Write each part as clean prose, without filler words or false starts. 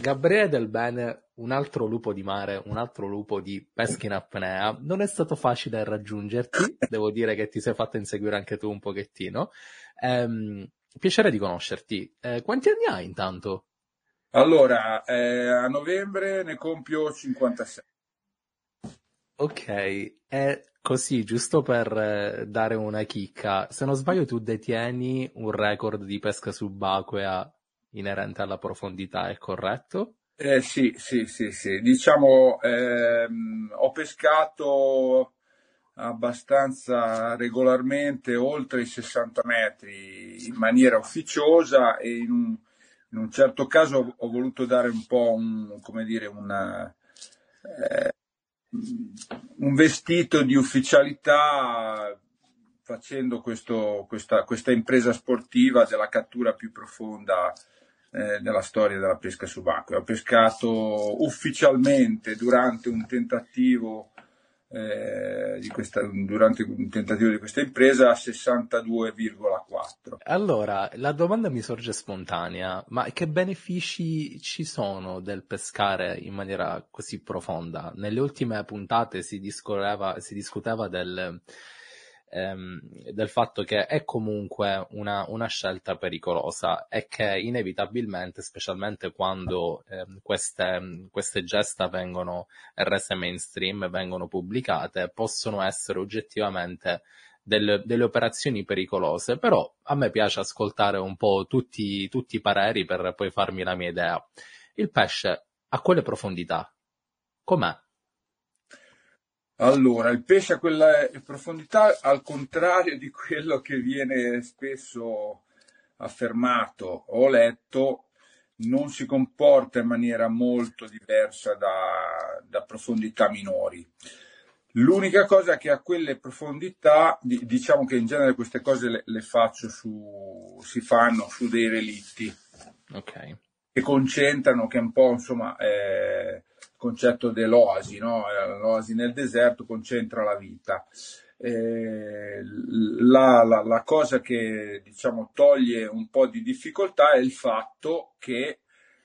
Gabriele Del Bene, un altro lupo di mare, un altro lupo di pesca in apnea. Non è stato facile raggiungerti, devo dire che ti sei fatto inseguire anche tu un pochettino. Piacere di conoscerti. Quanti anni hai intanto? Allora, a novembre ne compio 56. Ok, è così, giusto per dare una chicca. Se non sbaglio, tu detieni un record di pesca subacquea inerente alla profondità, è corretto? Sì, sì, sì, sì. Diciamo, ho pescato abbastanza regolarmente oltre i 60 metri in maniera ufficiosa e in un certo caso ho voluto dare un po' come dire, un vestito di ufficialità facendo questa impresa sportiva della cattura più profonda della storia della pesca subacquea. Ho pescato ufficialmente durante un tentativo di questa impresa a 62,4. Allora, la domanda mi sorge spontanea, ma che benefici ci sono del pescare in maniera così profonda? Nelle ultime puntate si discuteva del fatto che è comunque una scelta pericolosa e che inevitabilmente, specialmente quando queste gesta vengono rese mainstream, vengono pubblicate, possono essere oggettivamente delle operazioni pericolose, però a me piace ascoltare un po' tutti i pareri per poi farmi la mia idea. Il pesce a quelle profondità, com'è? Allora, il pesce a quella profondità, al contrario di quello che viene spesso affermato o letto, non si comporta in maniera molto diversa da profondità minori. L'unica cosa è che a quelle profondità, diciamo che in genere queste cose le faccio si fanno su dei relitti Ok, che concentrano, che è un po' insomma il concetto dell'oasi, no? L'oasi nel deserto concentra la vita. La cosa che diciamo toglie un po' di difficoltà è il fatto che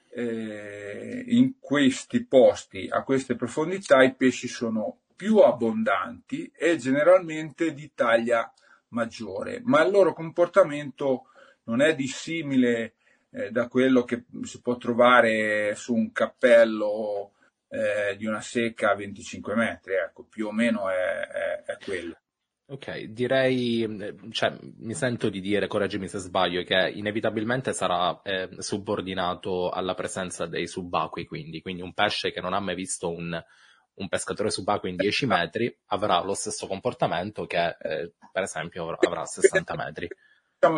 in questi posti, a queste profondità, i pesci sono più abbondanti e generalmente di taglia maggiore, ma il loro comportamento non è dissimile da quello che si può trovare su un cappello di una secca a 25 metri, ecco, più o meno è quello. ok, direi, cioè, mi sento di dire, correggimi se sbaglio, che inevitabilmente sarà subordinato alla presenza dei subacquei, quindi un pesce che non ha mai visto un pescatore subacqueo in 10 metri avrà lo stesso comportamento che, per esempio, avrà a 60 metri. Diciamo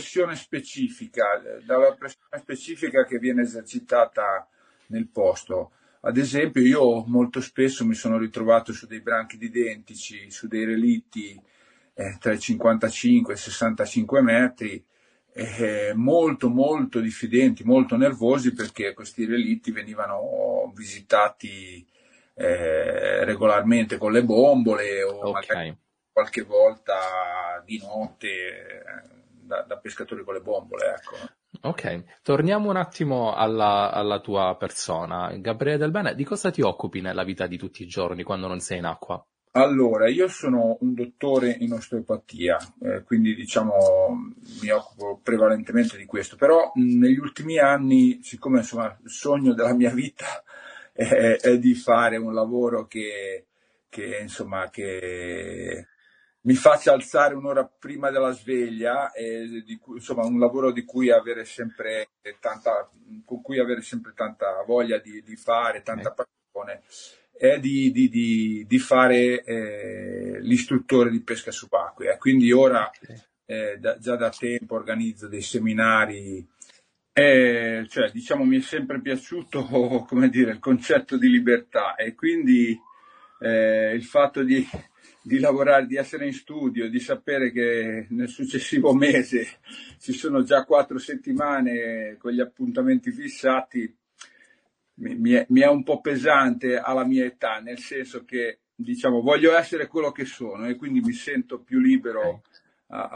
dalla pressione specifica che viene esercitata nel posto. Ad esempio, io molto spesso mi sono ritrovato su dei branchi identici, su dei relitti tra i 55 e i 65 metri, molto molto diffidenti, molto nervosi perché questi relitti venivano visitati regolarmente con le bombole o Ok. magari qualche volta di notte da pescatori con le bombole, ecco. Ok, torniamo un attimo alla tua persona. Gabriele Del Bene, di cosa ti occupi nella vita di tutti i giorni quando non sei in acqua? Allora, io sono un dottore in osteopatia, quindi diciamo mi occupo prevalentemente di questo, però negli ultimi anni, siccome insomma il sogno della mia vita è di fare un lavoro insomma, che mi faccia alzare un'ora prima della sveglia, insomma un lavoro di cui avere sempre con cui avere sempre tanta voglia di fare, Ok, tanta passione, è di fare l'istruttore di pesca subacquea. Quindi ora ok. già da tempo organizzo dei seminari, cioè diciamo mi è sempre piaciuto come dire, il concetto di libertà e quindi il fatto di lavorare, di essere in studio, di sapere che nel successivo mese ci sono già 4 settimane con gli appuntamenti fissati, mi è un po' pesante alla mia età, nel senso che diciamo voglio essere quello che sono e quindi mi sento più Ok. libero a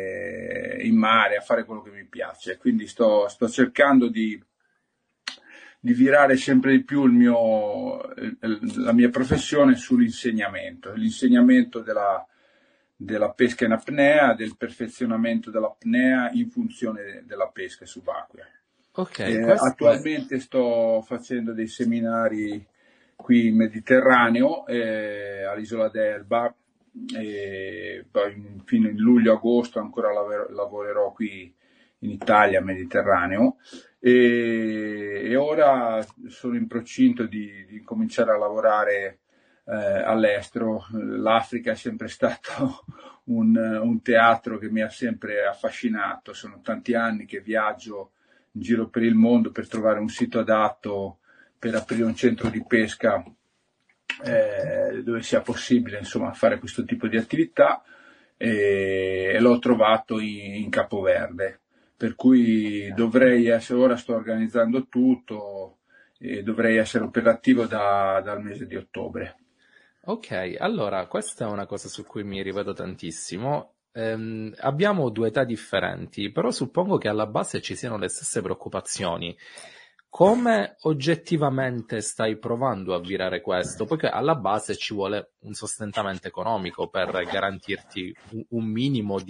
lavorare in mare, a fare quello che mi piace. Quindi sto cercando di virare sempre di più la mia professione sull'insegnamento, l'insegnamento della pesca in apnea, del perfezionamento dell'apnea in funzione della pesca subacquea. Ok, Attualmente sto facendo dei seminari qui in Mediterraneo, all'isola d'Elba, e poi fino in luglio-agosto ancora lavorerò qui in Italia, Mediterraneo, e ora sono in procinto di cominciare a lavorare all'estero. L'Africa è sempre stato un teatro che mi ha sempre affascinato, sono tanti anni che viaggio in giro per il mondo per trovare un sito adatto per aprire un centro di pesca dove sia possibile, insomma, fare questo tipo di attività, e l'ho trovato in Capoverde, per cui dovrei essere, ora sto organizzando tutto e dovrei essere operativo dal mese di ottobre. Ok, allora questa è una cosa su cui mi rivedo tantissimo. Abbiamo due età differenti, però suppongo che alla base ci siano le stesse preoccupazioni. Come oggettivamente stai provando a virare questo? Poiché alla base ci vuole un sostentamento economico per garantirti un minimo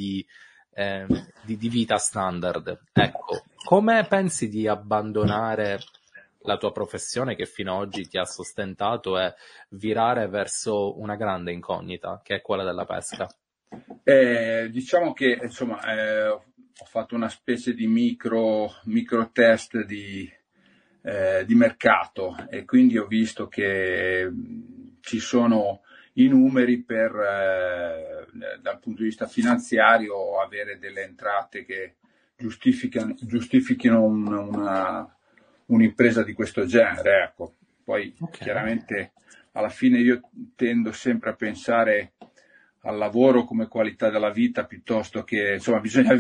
di vita standard. Ecco, come pensi di abbandonare la tua professione che fino ad oggi ti ha sostentato e virare verso una grande incognita, che è quella della pesca? Diciamo che insomma, ho fatto una specie di micro test di mercato, e quindi ho visto che ci sono i numeri per, dal punto di vista finanziario, avere delle entrate che giustifichino un'impresa di questo genere. Ecco. Poi Ok. chiaramente alla fine io tendo sempre a pensare al lavoro come qualità della vita, piuttosto che, insomma, bisogna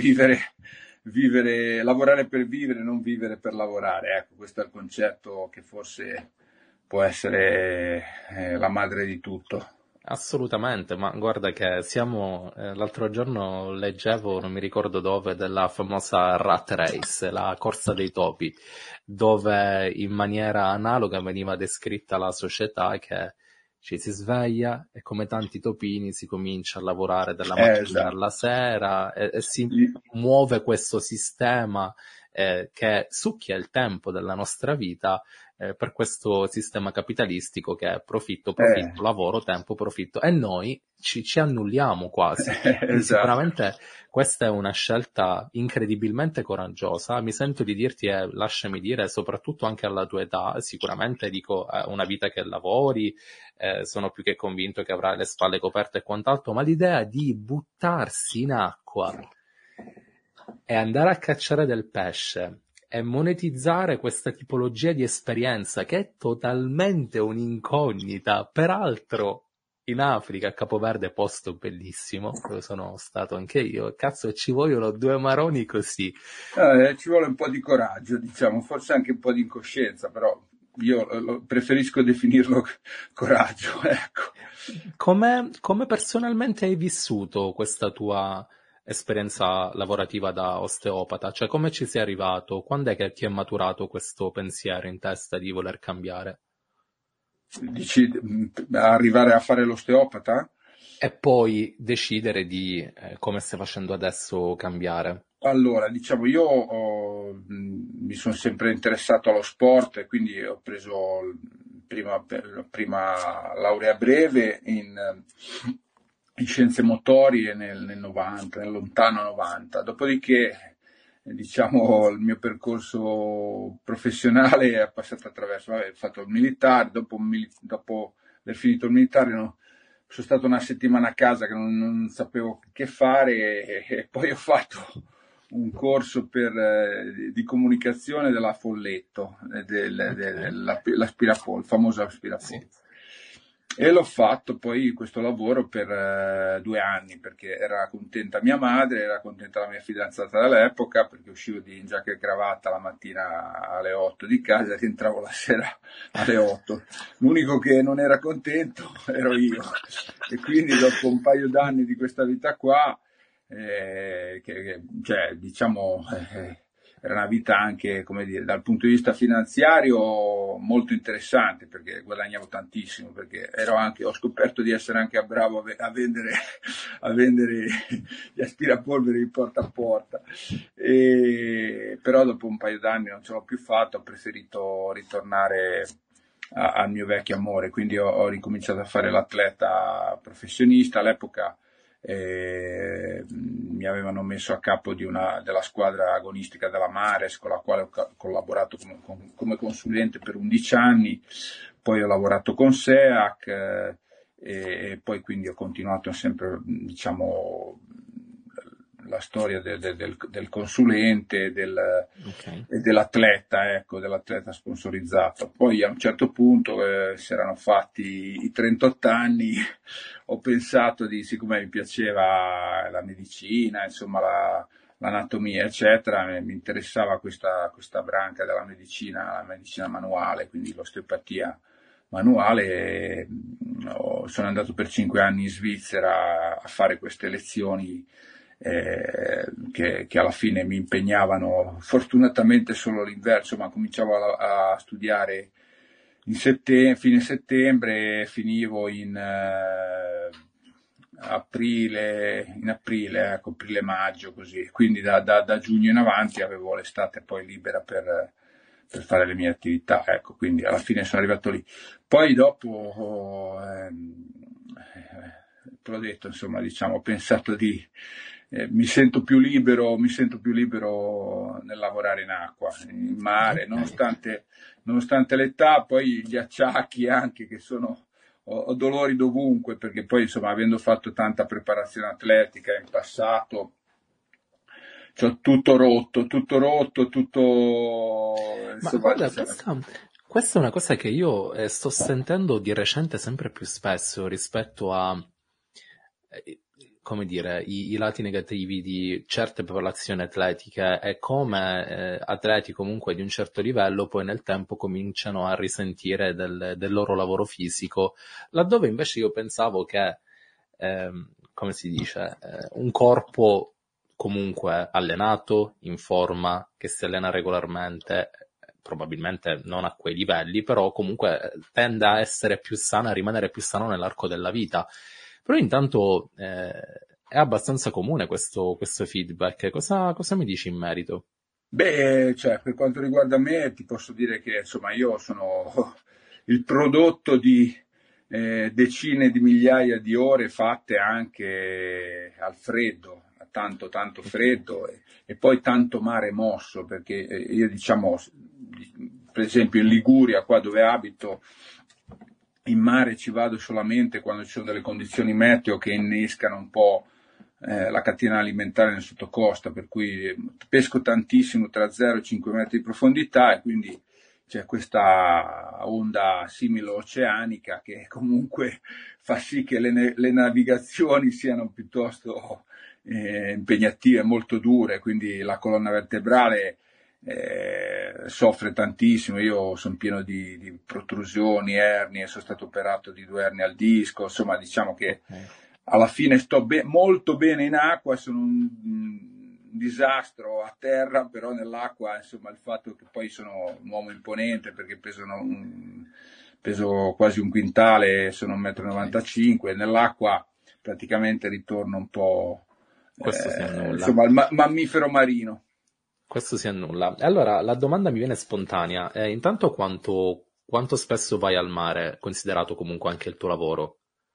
lavorare per vivere, non vivere per lavorare. Ecco, questo è il concetto che forse può essere la madre di tutto. Assolutamente, ma guarda che l'altro giorno leggevo, non mi ricordo dove, della famosa Rat Race, la corsa dei topi, dove in maniera analoga veniva descritta la società che ci si sveglia e come tanti topini si comincia a lavorare dalla mattina Esatto. alla sera e si muove questo sistema che succhia il tempo della nostra vita per questo sistema capitalistico che è profitto, profitto, lavoro, tempo, profitto, e noi ci annulliamo quasi. Quindi Esatto. sicuramente questa è una scelta incredibilmente coraggiosa. Mi sento di dirti, e lasciami dire, soprattutto anche alla tua età, sicuramente dico una vita che lavori, sono più che convinto che avrai le spalle coperte e quant'altro, ma l'idea di buttarsi in acqua e andare a cacciare del pesce e monetizzare questa tipologia di esperienza che è totalmente un'incognita, peraltro in Africa, a Capoverde, posto bellissimo, dove sono stato anche io, cazzo ci vogliono due maroni così. Ci vuole un po' di coraggio, diciamo, forse anche un po' di incoscienza, però io preferisco definirlo coraggio, ecco. Come personalmente hai vissuto questa tua esperienza lavorativa da osteopata? Cioè, come ci sei arrivato? Quando è che ti è maturato questo pensiero in testa di voler cambiare? Dici arrivare a fare l'osteopata? E poi decidere di, come stai facendo adesso, cambiare. Allora, diciamo, mi sono sempre interessato allo sport, e quindi ho preso la prima laurea breve in scienze motorie nel 90, nel lontano 90. Dopodiché, diciamo, il mio percorso professionale è passato attraverso, ho fatto il militare, dopo aver finito il militare, no, sono stato una settimana a casa che non sapevo che fare, e poi ho fatto un corso di comunicazione della Folletto, l'aspirapolvere, il famoso aspirapolvere. Sì. E l'ho fatto poi questo lavoro per 2 anni, perché era contenta mia madre, era contenta la mia fidanzata dall'epoca, perché uscivo in giacca e cravatta la mattina alle 8 di casa e rientravo la sera alle 8. L'unico che non era contento ero io. E quindi dopo un paio d'anni di questa vita qua, cioè, diciamo, era una vita anche, come dire, dal punto di vista finanziario molto interessante, perché guadagnavo tantissimo, perché ho scoperto di essere anche bravo a vendere, a vendere gli aspirapolvere di porta a porta. Però dopo un paio d'anni non ce l'ho più fatto, ho preferito ritornare al mio vecchio amore, quindi ho ricominciato a fare l'atleta professionista. All'epoca mi avevano messo a capo della squadra agonistica della Mares, con la quale ho collaborato come consulente per 11 anni, poi ho lavorato con SEAC, e poi quindi ho continuato sempre, diciamo, la storia del consulente e dell'atleta, ecco, dell'atleta sponsorizzato. Poi a un certo punto si erano fatti i 38 anni, ho pensato siccome mi piaceva la medicina, insomma l'anatomia, eccetera, mi interessava questa branca della medicina, la medicina manuale, quindi l'osteopatia manuale. Sono andato per 5 anni in Svizzera a fare queste lezioni che alla fine mi impegnavano fortunatamente solo l'inverno, insomma cominciavo a studiare fine settembre, finivo in aprile, ecco, aprile-maggio, così. Quindi da giugno in avanti avevo l'estate poi libera per fare le mie attività, ecco, quindi alla fine sono arrivato lì. Poi dopo, te l'ho detto, insomma, diciamo, ho pensato mi sento più libero nel lavorare in acqua, in mare, nonostante l'età, poi gli acciacchi anche che ho dolori dovunque, perché poi, insomma, avendo fatto tanta preparazione atletica in passato, c'ho tutto rotto, Ma insomma, guarda, questa è una cosa che io sto sentendo di recente sempre più spesso rispetto a, come dire, i lati negativi di certe popolazioni atletiche e come atleti comunque di un certo livello poi nel tempo cominciano a risentire del loro lavoro fisico, laddove invece io pensavo che, come si dice, un corpo comunque allenato, in forma, che si allena regolarmente, probabilmente non a quei livelli, però comunque tende a essere più sano, a rimanere più sano nell'arco della vita. Però intanto è abbastanza comune questo feedback. Cosa mi dici in merito? Beh, cioè, per quanto riguarda me, ti posso dire che, insomma, io sono il prodotto di decine di migliaia di ore fatte anche al freddo, a tanto freddo, e poi tanto mare mosso, perché io, diciamo, per esempio in Liguria, qua dove abito, in mare ci vado solamente quando ci sono delle condizioni meteo che innescano un po' la catena alimentare nel sottocosta, per cui pesco tantissimo tra 0 e 5 metri di profondità, e quindi c'è questa onda similo-oceanica che comunque fa sì che le navigazioni siano piuttosto impegnative, molto dure, quindi la colonna vertebrale soffre tantissimo. Io sono pieno di protrusioni, ernie, sono stato operato di 2 ernie al disco, insomma, diciamo che alla fine sto molto bene in acqua, sono un disastro a terra, però nell'acqua, insomma, il fatto che poi sono un uomo imponente, perché peso quasi 1 quintale, sono 1,95 m, nell'acqua praticamente ritorno un po', Questo si annulla. insomma, il mammifero marino. Questo si annulla. E allora la domanda mi viene spontanea. Intanto quanto spesso vai al mare, considerato comunque anche il tuo lavoro?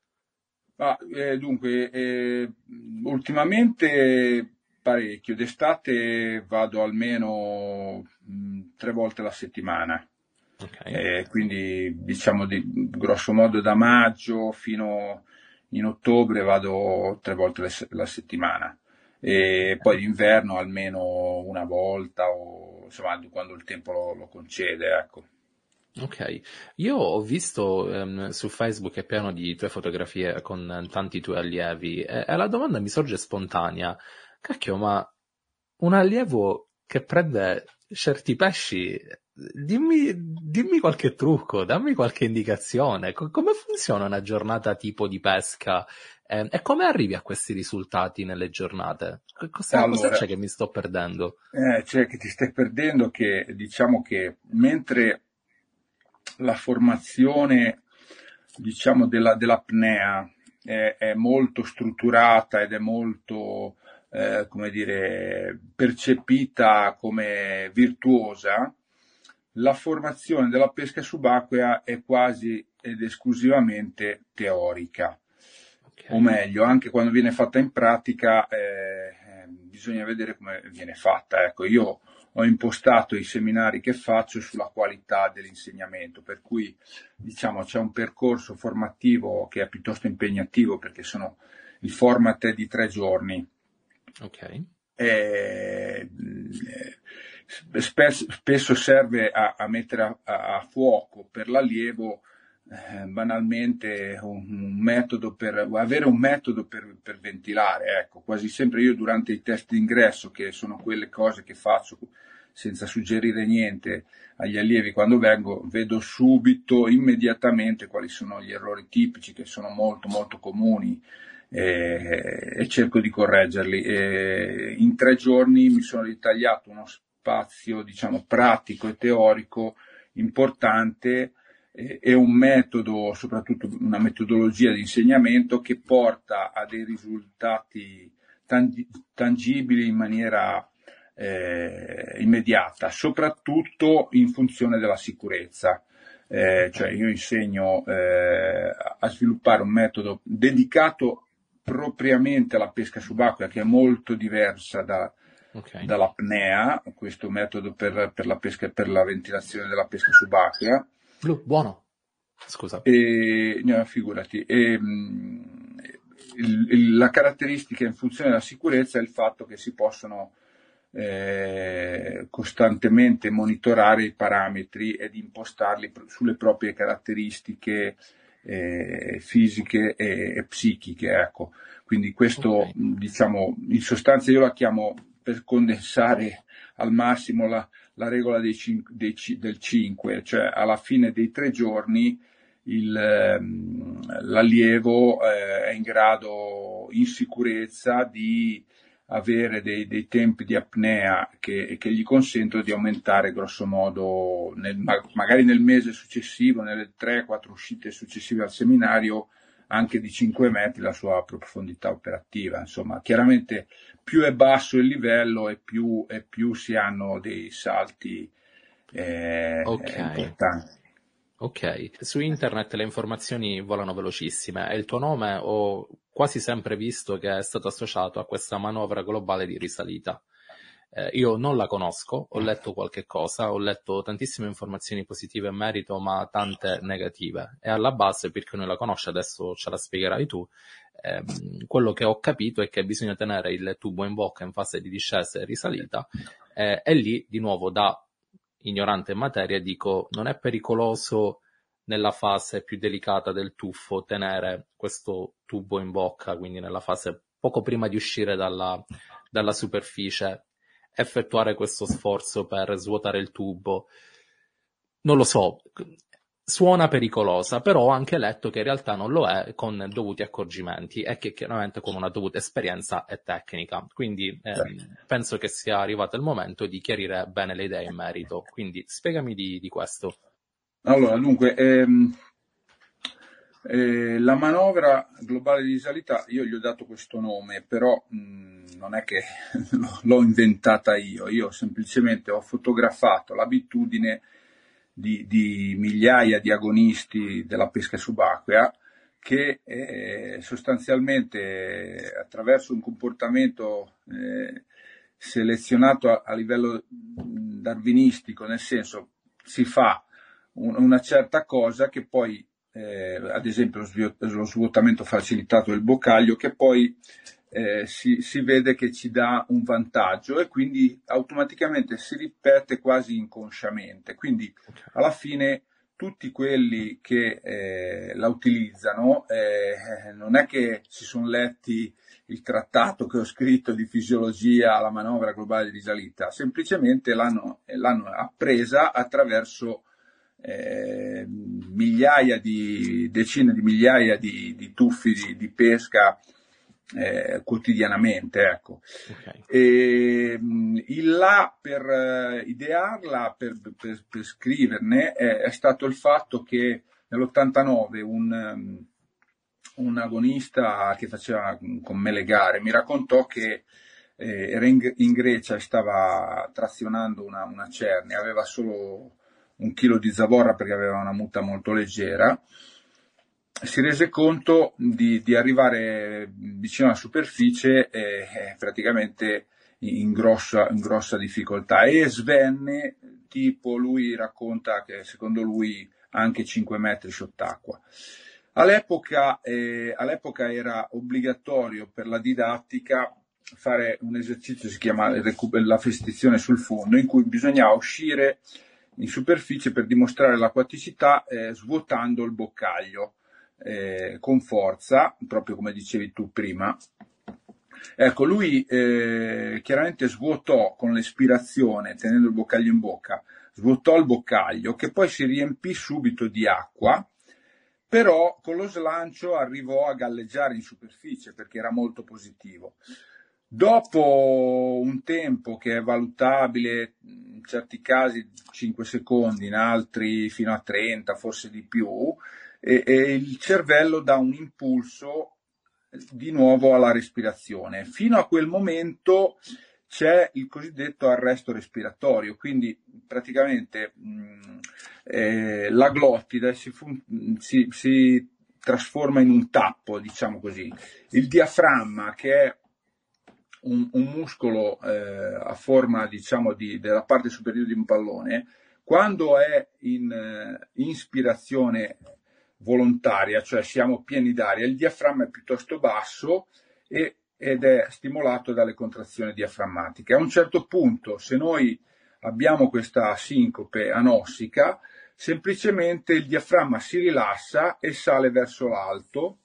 Dunque, ultimamente parecchio. D'estate vado almeno 3 volte alla settimana. Okay. Quindi diciamo grosso modo da maggio fino in ottobre vado 3 volte la settimana. E poi d'inverno almeno una volta, o insomma quando il tempo lo concede, ecco. Ok, io ho visto su Facebook è pieno di tue fotografie con tanti tuoi allievi e la domanda mi sorge spontanea. Cacchio, ma un allievo che prende certi pesci, dimmi qualche trucco, dammi qualche indicazione. Come funziona una giornata tipo di pesca E come arrivi a questi risultati nelle giornate? Cosa Allora, c'è che mi sto perdendo? cioè che ti stai perdendo che diciamo che mentre la formazione diciamo dell'apnea è molto strutturata ed è molto come dire, percepita come virtuosa, la formazione della pesca subacquea è quasi ed esclusivamente teorica. O meglio, anche quando viene fatta in pratica bisogna vedere come viene fatta. Ecco, io ho impostato i seminari che faccio sulla qualità dell'insegnamento, per cui diciamo c'è un percorso formativo che è piuttosto impegnativo perché il format è di 3 giorni. Ok. Spesso serve a mettere a fuoco per l'allievo banalmente un metodo avere un metodo per ventilare. Ecco, quasi sempre io durante i test d'ingresso, che sono quelle cose che faccio senza suggerire niente agli allievi quando vengo, vedo subito, immediatamente quali sono gli errori tipici che sono molto molto comuni e cerco di correggerli. In 3 giorni mi sono ritagliato uno spazio, diciamo, pratico e teorico importante e un metodo, soprattutto una metodologia di insegnamento che porta a dei risultati tangibili in maniera immediata, soprattutto in funzione della sicurezza. Cioè io insegno a sviluppare un metodo dedicato propriamente alla pesca subacquea, che è molto diversa dall'apnea, questo metodo per la pesca, per la ventilazione della pesca subacquea. Buono. Scusa. No, figurati. La caratteristica in funzione della sicurezza è il fatto che si possono costantemente monitorare i parametri ed impostarli sulle proprie caratteristiche fisiche e psichiche, ecco. Quindi questo, diciamo, in sostanza io la chiamo, per condensare al massimo la regola del 5, cioè alla fine dei 3 giorni l'allievo è in grado, in sicurezza, di avere dei tempi di apnea che gli consentono di aumentare grosso modo, magari nel mese successivo, nelle 3-4 uscite successive al seminario, anche di 5 metri la sua profondità operativa. Insomma, chiaramente più è basso il livello e più si hanno dei salti importanti. Ok, su internet le informazioni volano velocissime e il tuo nome ho quasi sempre visto che è stato associato a questa manovra globale di risalita. Io non la conosco, ho letto qualche cosa, ho letto tantissime informazioni positive in merito, ma tante negative. E alla base, per chi non la conosce, adesso ce la spiegherai tu, quello che ho capito è che bisogna tenere il tubo in bocca in fase di discesa e risalita, e lì, di nuovo, da ignorante in materia, dico, non è pericoloso nella fase più delicata del tuffo tenere questo tubo in bocca, quindi nella fase poco prima di uscire dalla superficie, effettuare questo sforzo per svuotare il tubo? Non lo so, suona pericolosa, però ho anche letto che in realtà non lo è, con dovuti accorgimenti e che chiaramente con una dovuta esperienza e tecnica. Quindi penso che sia arrivato il momento di chiarire bene le idee in merito. Quindi spiegami di questo. Allora, dunque, la manovra globale di risalita, io gli ho dato questo nome, però non è che l'ho inventata io semplicemente ho fotografato l'abitudine di migliaia di agonisti della pesca subacquea che sostanzialmente attraverso un comportamento selezionato a livello darwinistico, nel senso si fa una certa cosa che poi ad esempio lo svuotamento facilitato del boccaglio, che poi si vede che ci dà un vantaggio e quindi automaticamente si ripete quasi inconsciamente. Quindi alla fine tutti quelli che la utilizzano non è che si sono letti il trattato che ho scritto di fisiologia alla manovra globale di risalita, semplicemente l'hanno appresa attraverso decine di migliaia di tuffi di pesca quotidianamente, ecco. Ok. E il là per idearla, per scriverne, è stato il fatto che nell'89 un agonista che faceva con me le gare mi raccontò che era in Grecia e stava trazionando una Cernia, aveva solo 1 chilo di zavorra perché aveva una muta molto leggera. Si rese conto di arrivare vicino alla superficie praticamente in grossa difficoltà, e svenne, tipo, lui racconta che secondo lui anche 5 metri sott'acqua. All'epoca era obbligatorio per la didattica fare un esercizio, si chiama la festizione sul fondo, in cui bisognava uscire in superficie per dimostrare l'acquaticità svuotando il boccaglio con forza, proprio come dicevi tu prima. Ecco, lui chiaramente svuotò con l'espirazione, tenendo il boccaglio in bocca, svuotò il boccaglio, che poi si riempì subito di acqua, però con lo slancio arrivò a galleggiare in superficie perché era molto positivo. Dopo un tempo che è valutabile, in certi casi 5 secondi, in altri fino a 30, forse di più, e il cervello dà un impulso di nuovo alla respirazione. Fino a quel momento c'è il cosiddetto arresto respiratorio, quindi praticamente la glottide si trasforma in un tappo, diciamo così. Il diaframma, che è un muscolo a forma, diciamo, della parte superiore di un pallone, quando è in ispirazione volontaria, cioè siamo pieni d'aria, il diaframma è piuttosto basso ed è stimolato dalle contrazioni diaframmatiche. A un certo punto, se noi abbiamo questa sincope anossica, semplicemente il diaframma si rilassa e sale verso l'alto,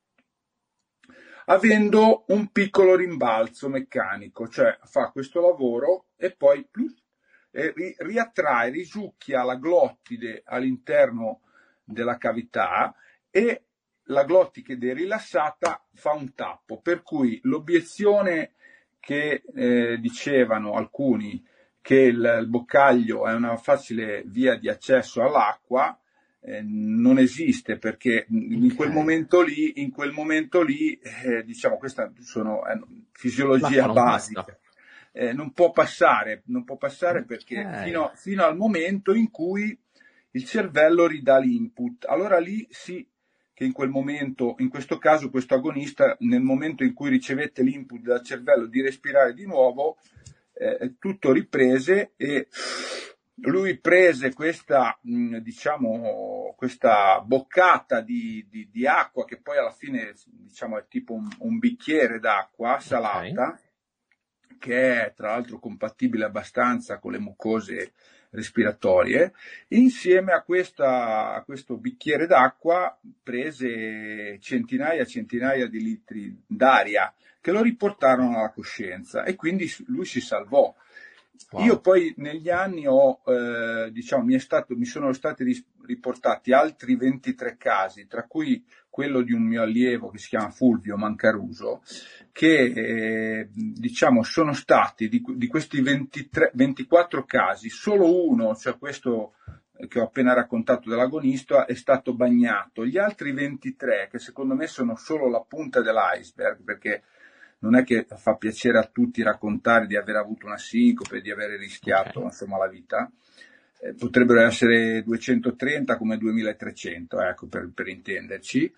avendo un piccolo rimbalzo meccanico, cioè fa questo lavoro e poi riattrae, risucchia la glottide all'interno della cavità, e la glottide rilassata fa un tappo, per cui l'obiezione che dicevano alcuni, che il boccaglio è una facile via di accesso all'acqua, non esiste, perché in quel momento lì, diciamo, questa sono fisiologia basica. Non può passare perché fino al momento in cui il cervello ridà l'input. Allora lì sì che in quel momento, in questo caso questo agonista, nel momento in cui ricevette l'input dal cervello di respirare di nuovo, tutto riprese, e lui prese questa, diciamo, questa boccata di acqua, che poi alla fine, diciamo, è tipo un bicchiere d'acqua salata, che è tra l'altro compatibile abbastanza con le mucose respiratorie. Insieme a questo bicchiere d'acqua prese centinaia e centinaia di litri d'aria che lo riportarono alla coscienza, e quindi lui si salvò. Wow. Io poi negli anni diciamo, mi sono stati riportati altri 23 casi, tra cui quello di un mio allievo che si chiama Fulvio Mancaruso, che diciamo sono stati di questi 24 casi, solo uno, cioè questo che ho appena raccontato dell'agonista, è stato bagnato. Gli altri 23, che secondo me sono solo la punta dell'iceberg, perché non è che fa piacere a tutti raccontare di aver avuto una sincope, di aver rischiato insomma la vita, potrebbero essere 230 come 2300, ecco, per intenderci.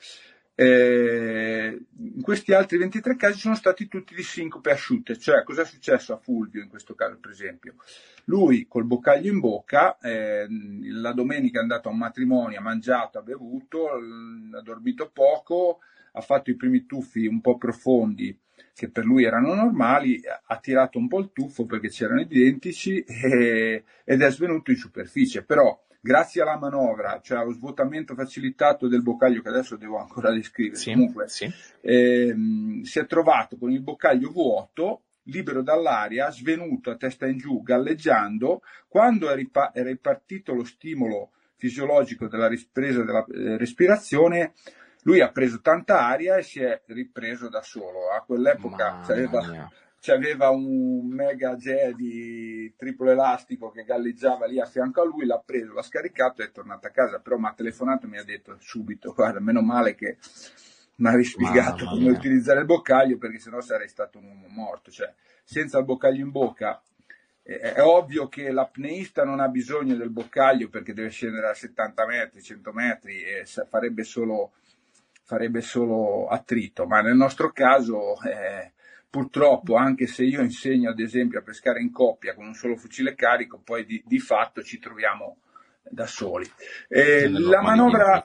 In questi altri 23 casi sono stati tutti di sincope asciutte. Cioè, cosa è successo a Fulvio in questo caso, per esempio? Lui col boccaglio in bocca, la domenica è andato a un matrimonio, ha mangiato, ha bevuto, ha dormito poco, ha fatto i primi tuffi un po' profondi che per lui erano normali, ha tirato un po' il tuffo perché c'erano identici ed è svenuto in superficie. Però grazie alla manovra, cioè allo svuotamento facilitato del boccaglio, che adesso devo ancora descrivere, comunque si è trovato con il boccaglio vuoto, libero dall'aria, svenuto a testa in giù, galleggiando. Quando è ripartito lo stimolo fisiologico della ripresa della respirazione, lui ha preso tanta aria e si è ripreso da solo. A quell'epoca c'aveva un mega Jedi triplo elastico che galleggiava lì a fianco a lui, l'ha preso, l'ha scaricato e è tornato a casa, però mi ha telefonato e mi ha detto subito, guarda, meno male che mi ha rispiegato come utilizzare il boccaglio, perché sennò sarei stato un uomo morto. Cioè, senza il boccaglio in bocca è ovvio che l'apneista non ha bisogno del boccaglio perché deve scendere a 70 metri, 100 metri e farebbe solo attrito, ma nel nostro caso purtroppo, anche se io insegno ad esempio a pescare in coppia con un solo fucile carico, poi di fatto ci troviamo da soli. La manovra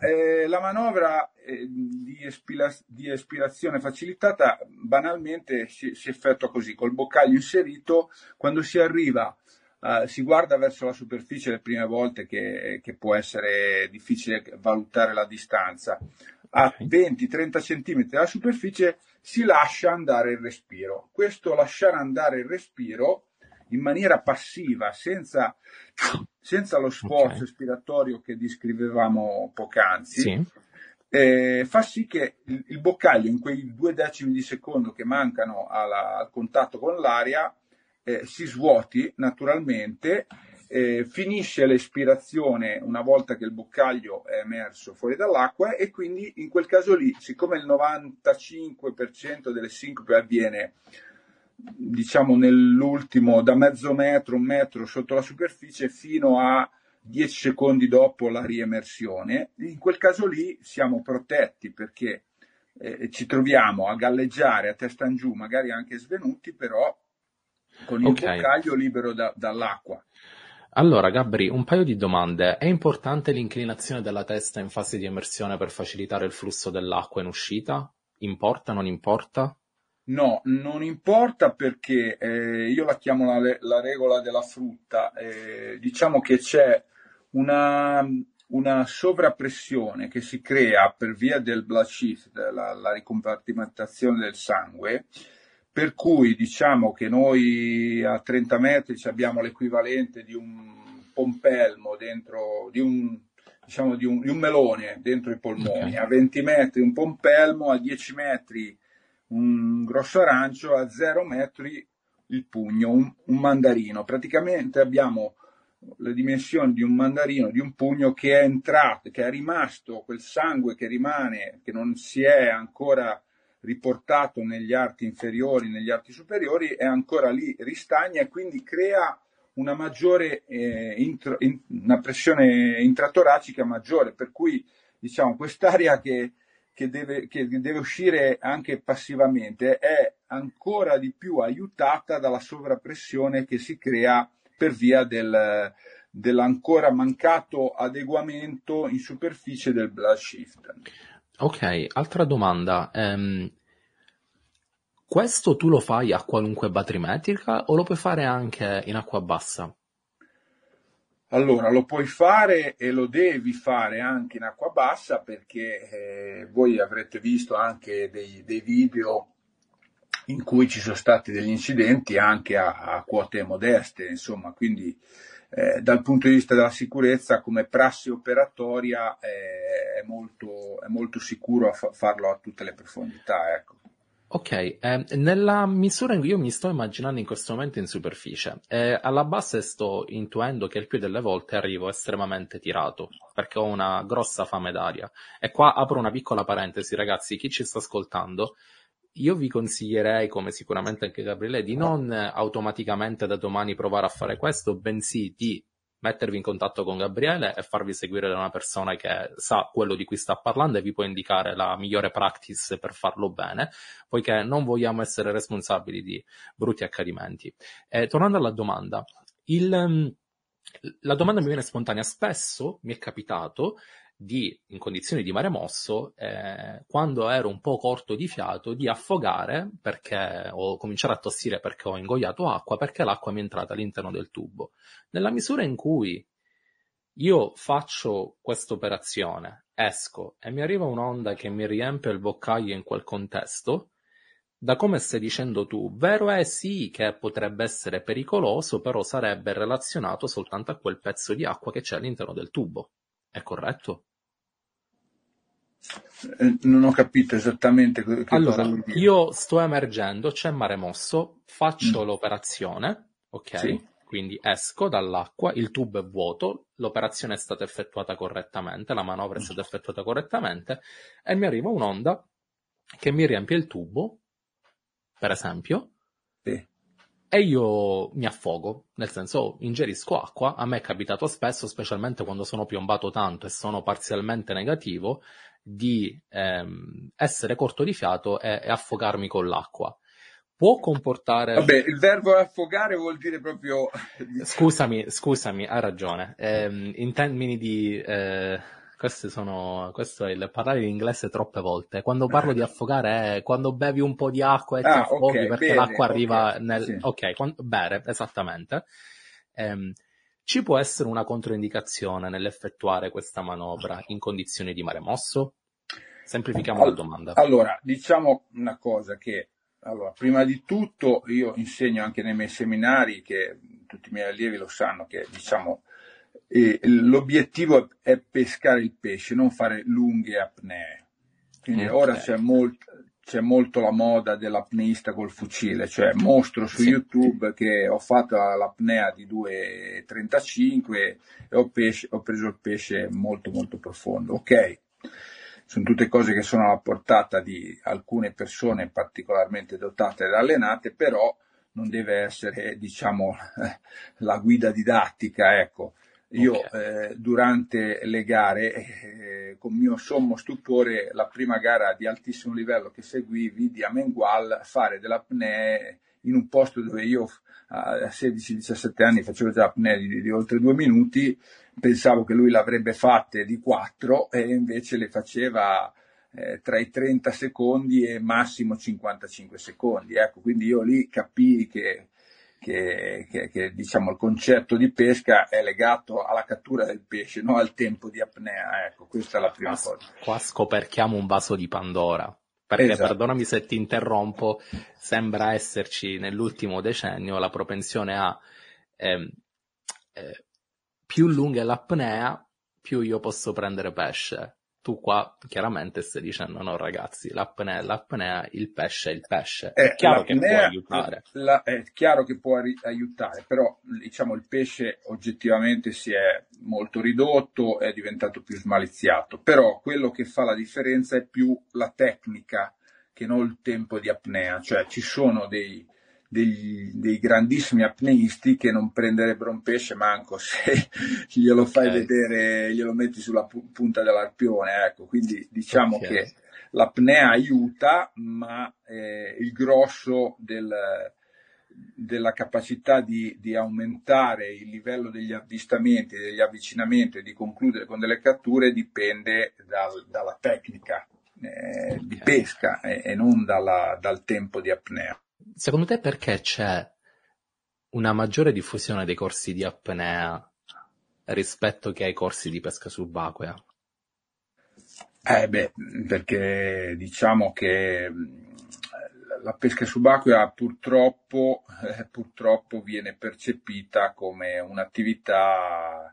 di espirazione facilitata banalmente si effettua così, col boccaglio inserito. Quando si arriva, si guarda verso la superficie le prime volte, che può essere difficile valutare la distanza. A 20-30 cm dalla superficie si lascia andare il respiro. Questo lasciare andare il respiro in maniera passiva, senza lo sforzo espiratorio che descrivevamo poc'anzi, fa sì che il boccaglio, in quei 2 decimi di secondo che mancano al contatto con l'aria, si svuoti naturalmente, finisce l'espirazione una volta che il boccaglio è emerso fuori dall'acqua, e quindi in quel caso lì, siccome il 95% delle sincope avviene, diciamo, nell'ultimo, da mezzo metro, 1 metro sotto la superficie fino a 10 secondi dopo la riemersione, in quel caso lì siamo protetti, perché ci troviamo a galleggiare a testa in giù, magari anche svenuti, però con il boccaglio libero dall'acqua. Allora, Gabri, un paio di domande. È importante l'inclinazione della testa in fase di emersione per facilitare il flusso dell'acqua in uscita? Importa, non importa? No, non importa, perché io la chiamo la regola della frutta. Diciamo che c'è una sovrappressione che si crea per via del blood shift, la ricompartimentazione del sangue, per cui diciamo che noi a 30 metri abbiamo l'equivalente di un pompelmo dentro, di un melone dentro i polmoni, a 20 metri un pompelmo, a 10 metri un grosso arancio, a 0 metri il pugno, un mandarino. Praticamente abbiamo le dimensioni di un mandarino, di un pugno, che è entrato, che è rimasto, quel sangue che rimane, che non si è ancora riportato negli arti inferiori, negli arti superiori, è ancora lì, ristagna, e quindi crea una maggiore una pressione intratoracica maggiore, per cui diciamo quest'aria che deve uscire anche passivamente è ancora di più aiutata dalla sovrappressione che si crea per via dell'ancora mancato adeguamento in superficie del blood shift. Ok, altra domanda. Questo tu lo fai a qualunque batrimetrica o lo puoi fare anche in acqua bassa? Allora, lo puoi fare e lo devi fare anche in acqua bassa, perché voi avrete visto anche dei video in cui ci sono stati degli incidenti anche a quote modeste, insomma, quindi dal punto di vista della sicurezza, come prassi operatoria, è molto sicuro farlo a tutte le profondità, ecco. Ok, nella misura in cui io mi sto immaginando in questo momento in superficie, alla base sto intuendo che il più delle volte arrivo estremamente tirato, perché ho una grossa fame d'aria. E qua apro una piccola parentesi, ragazzi, chi ci sta ascoltando, io vi consiglierei, come sicuramente anche Gabriele, di non automaticamente da domani provare a fare questo, bensì di mettervi in contatto con Gabriele e farvi seguire da una persona che sa quello di cui sta parlando e vi può indicare la migliore practice per farlo bene, poiché non vogliamo essere responsabili di brutti accadimenti. Tornando alla domanda, la domanda mi viene spontanea. Spesso mi è capitato in condizioni di mare mosso, quando ero un po' corto di fiato, di affogare o cominciare a tossire perché ho ingoiato acqua, perché l'acqua mi è entrata all'interno del tubo. Nella misura in cui io faccio questa operazione, esco e mi arriva un'onda che mi riempie il boccaglio in quel contesto, da come stai dicendo tu, vero è sì che potrebbe essere pericoloso, però sarebbe relazionato soltanto a quel pezzo di acqua che c'è all'interno del tubo. È corretto? Non ho capito esattamente che Allora, cosa vuol dire. io sto emergendo, c'è mare mosso, faccio Mm. l'operazione, Sì, ok? Quindi esco dall'acqua, il tubo è vuoto, l'operazione è stata effettuata correttamente, la manovra è stata effettuata correttamente e mi arriva un'onda che mi riempie il tubo, per esempio, sì. e io mi affogo, nel senso ingerisco acqua, a me è capitato spesso, specialmente quando sono piombato tanto e sono parzialmente negativo, di essere corto di fiato e affogarmi con l'acqua. Può comportare... Vabbè, il verbo affogare vuol dire proprio, diciamo, Scusami, hai ragione. In termini di... questo è il parlare in inglese troppe volte. Quando parlo di affogare è quando bevi un po' di acqua e ti ok, affoghi perché bere, l'acqua ok, arriva nel... sì. Ok, bere, esattamente. Ehm, ci può essere una controindicazione nell'effettuare questa manovra in condizioni di mare mosso? Semplifichiamo la domanda. Allora, diciamo una cosa che, allora, prima di tutto io insegno anche nei miei seminari, che tutti i miei allievi lo sanno, che diciamo l'obiettivo è pescare il pesce, non fare lunghe apnee. Quindi Ok, ora c'è molto la moda dell'apneista col fucile, cioè mostro su sì. YouTube che ho fatto l'apnea di 2,35 e ho preso il pesce molto molto profondo. Ok, sono tutte cose che sono alla portata di alcune persone particolarmente dotate ed allenate, però non deve essere, diciamo, la guida didattica, ecco. Ok. Io durante le gare, con mio sommo stupore, la prima gara di altissimo livello che seguì, vidi a Mengual fare dell'apnea in un posto dove io a 16-17 anni facevo già apnea di oltre 2 minuti, pensavo che lui l'avrebbe fatte di 4 e invece le faceva tra i 30 secondi e massimo 55 secondi. Ecco, quindi io lì capii che diciamo, il concetto di pesca è legato alla cattura del pesce, non al tempo di apnea. Ecco, questa è la Qua, prima cosa. qua scoperchiamo un vaso di Pandora, perché Esatto. perdonami se ti interrompo, sembra esserci nell'ultimo decennio la propensione a ehm, eh, più lunga è l'apnea, più io posso prendere pesce. Tu qua chiaramente stai dicendo no ragazzi, l'apnea è l'apnea, il pesce è il pesce. È chiaro che può L'apnea aiutare. è chiaro che può aiutare, però diciamo, il pesce oggettivamente si è molto ridotto, è diventato più smaliziato, però quello che fa la differenza è più la tecnica che non il tempo di apnea, cioè ci sono dei grandissimi apneisti che non prenderebbero un pesce manco se glielo Ok, fai vedere, glielo metti sulla punta dell'arpione, ecco, quindi diciamo ok. che l'apnea aiuta, ma il grosso della capacità di aumentare il livello degli avvistamenti, degli avvicinamenti e di concludere con delle catture dipende dalla tecnica di Ok. pesca e non dal tempo di apnea. Secondo te perché c'è una maggiore diffusione dei corsi di apnea rispetto che ai corsi di pesca subacquea? Beh, perché diciamo che la pesca subacquea purtroppo viene percepita come un'attività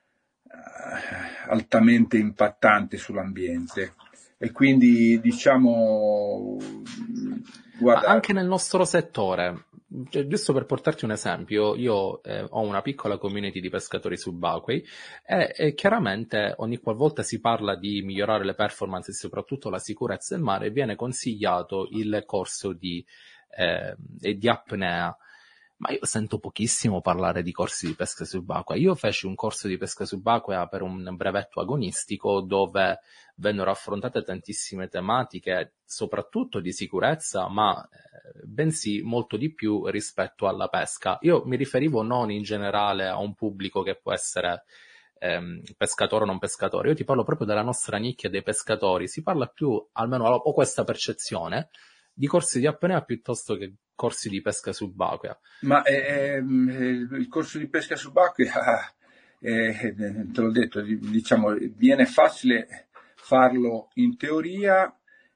altamente impattante sull'ambiente e quindi diciamo, Ma guarda, anche nel nostro settore, cioè, giusto per portarti un esempio, io ho una piccola community di pescatori subacquei e chiaramente ogni qualvolta si parla di migliorare le performance e soprattutto la sicurezza del mare, viene consigliato il corso di apnea. Ma io sento pochissimo parlare di corsi di pesca subacquea. Io feci un corso di pesca subacquea per un brevetto agonistico dove vennero affrontate tantissime tematiche, soprattutto di sicurezza, ma bensì molto di più rispetto alla pesca. Io mi riferivo non in generale a un pubblico che può essere pescatore o non pescatore, io ti parlo proprio della nostra nicchia dei pescatori, si parla più, almeno ho questa percezione, di corsi di apnea piuttosto che corsi di pesca subacquea. ma il corso di pesca subacquea, te l'ho detto, diciamo, viene facile farlo in teoria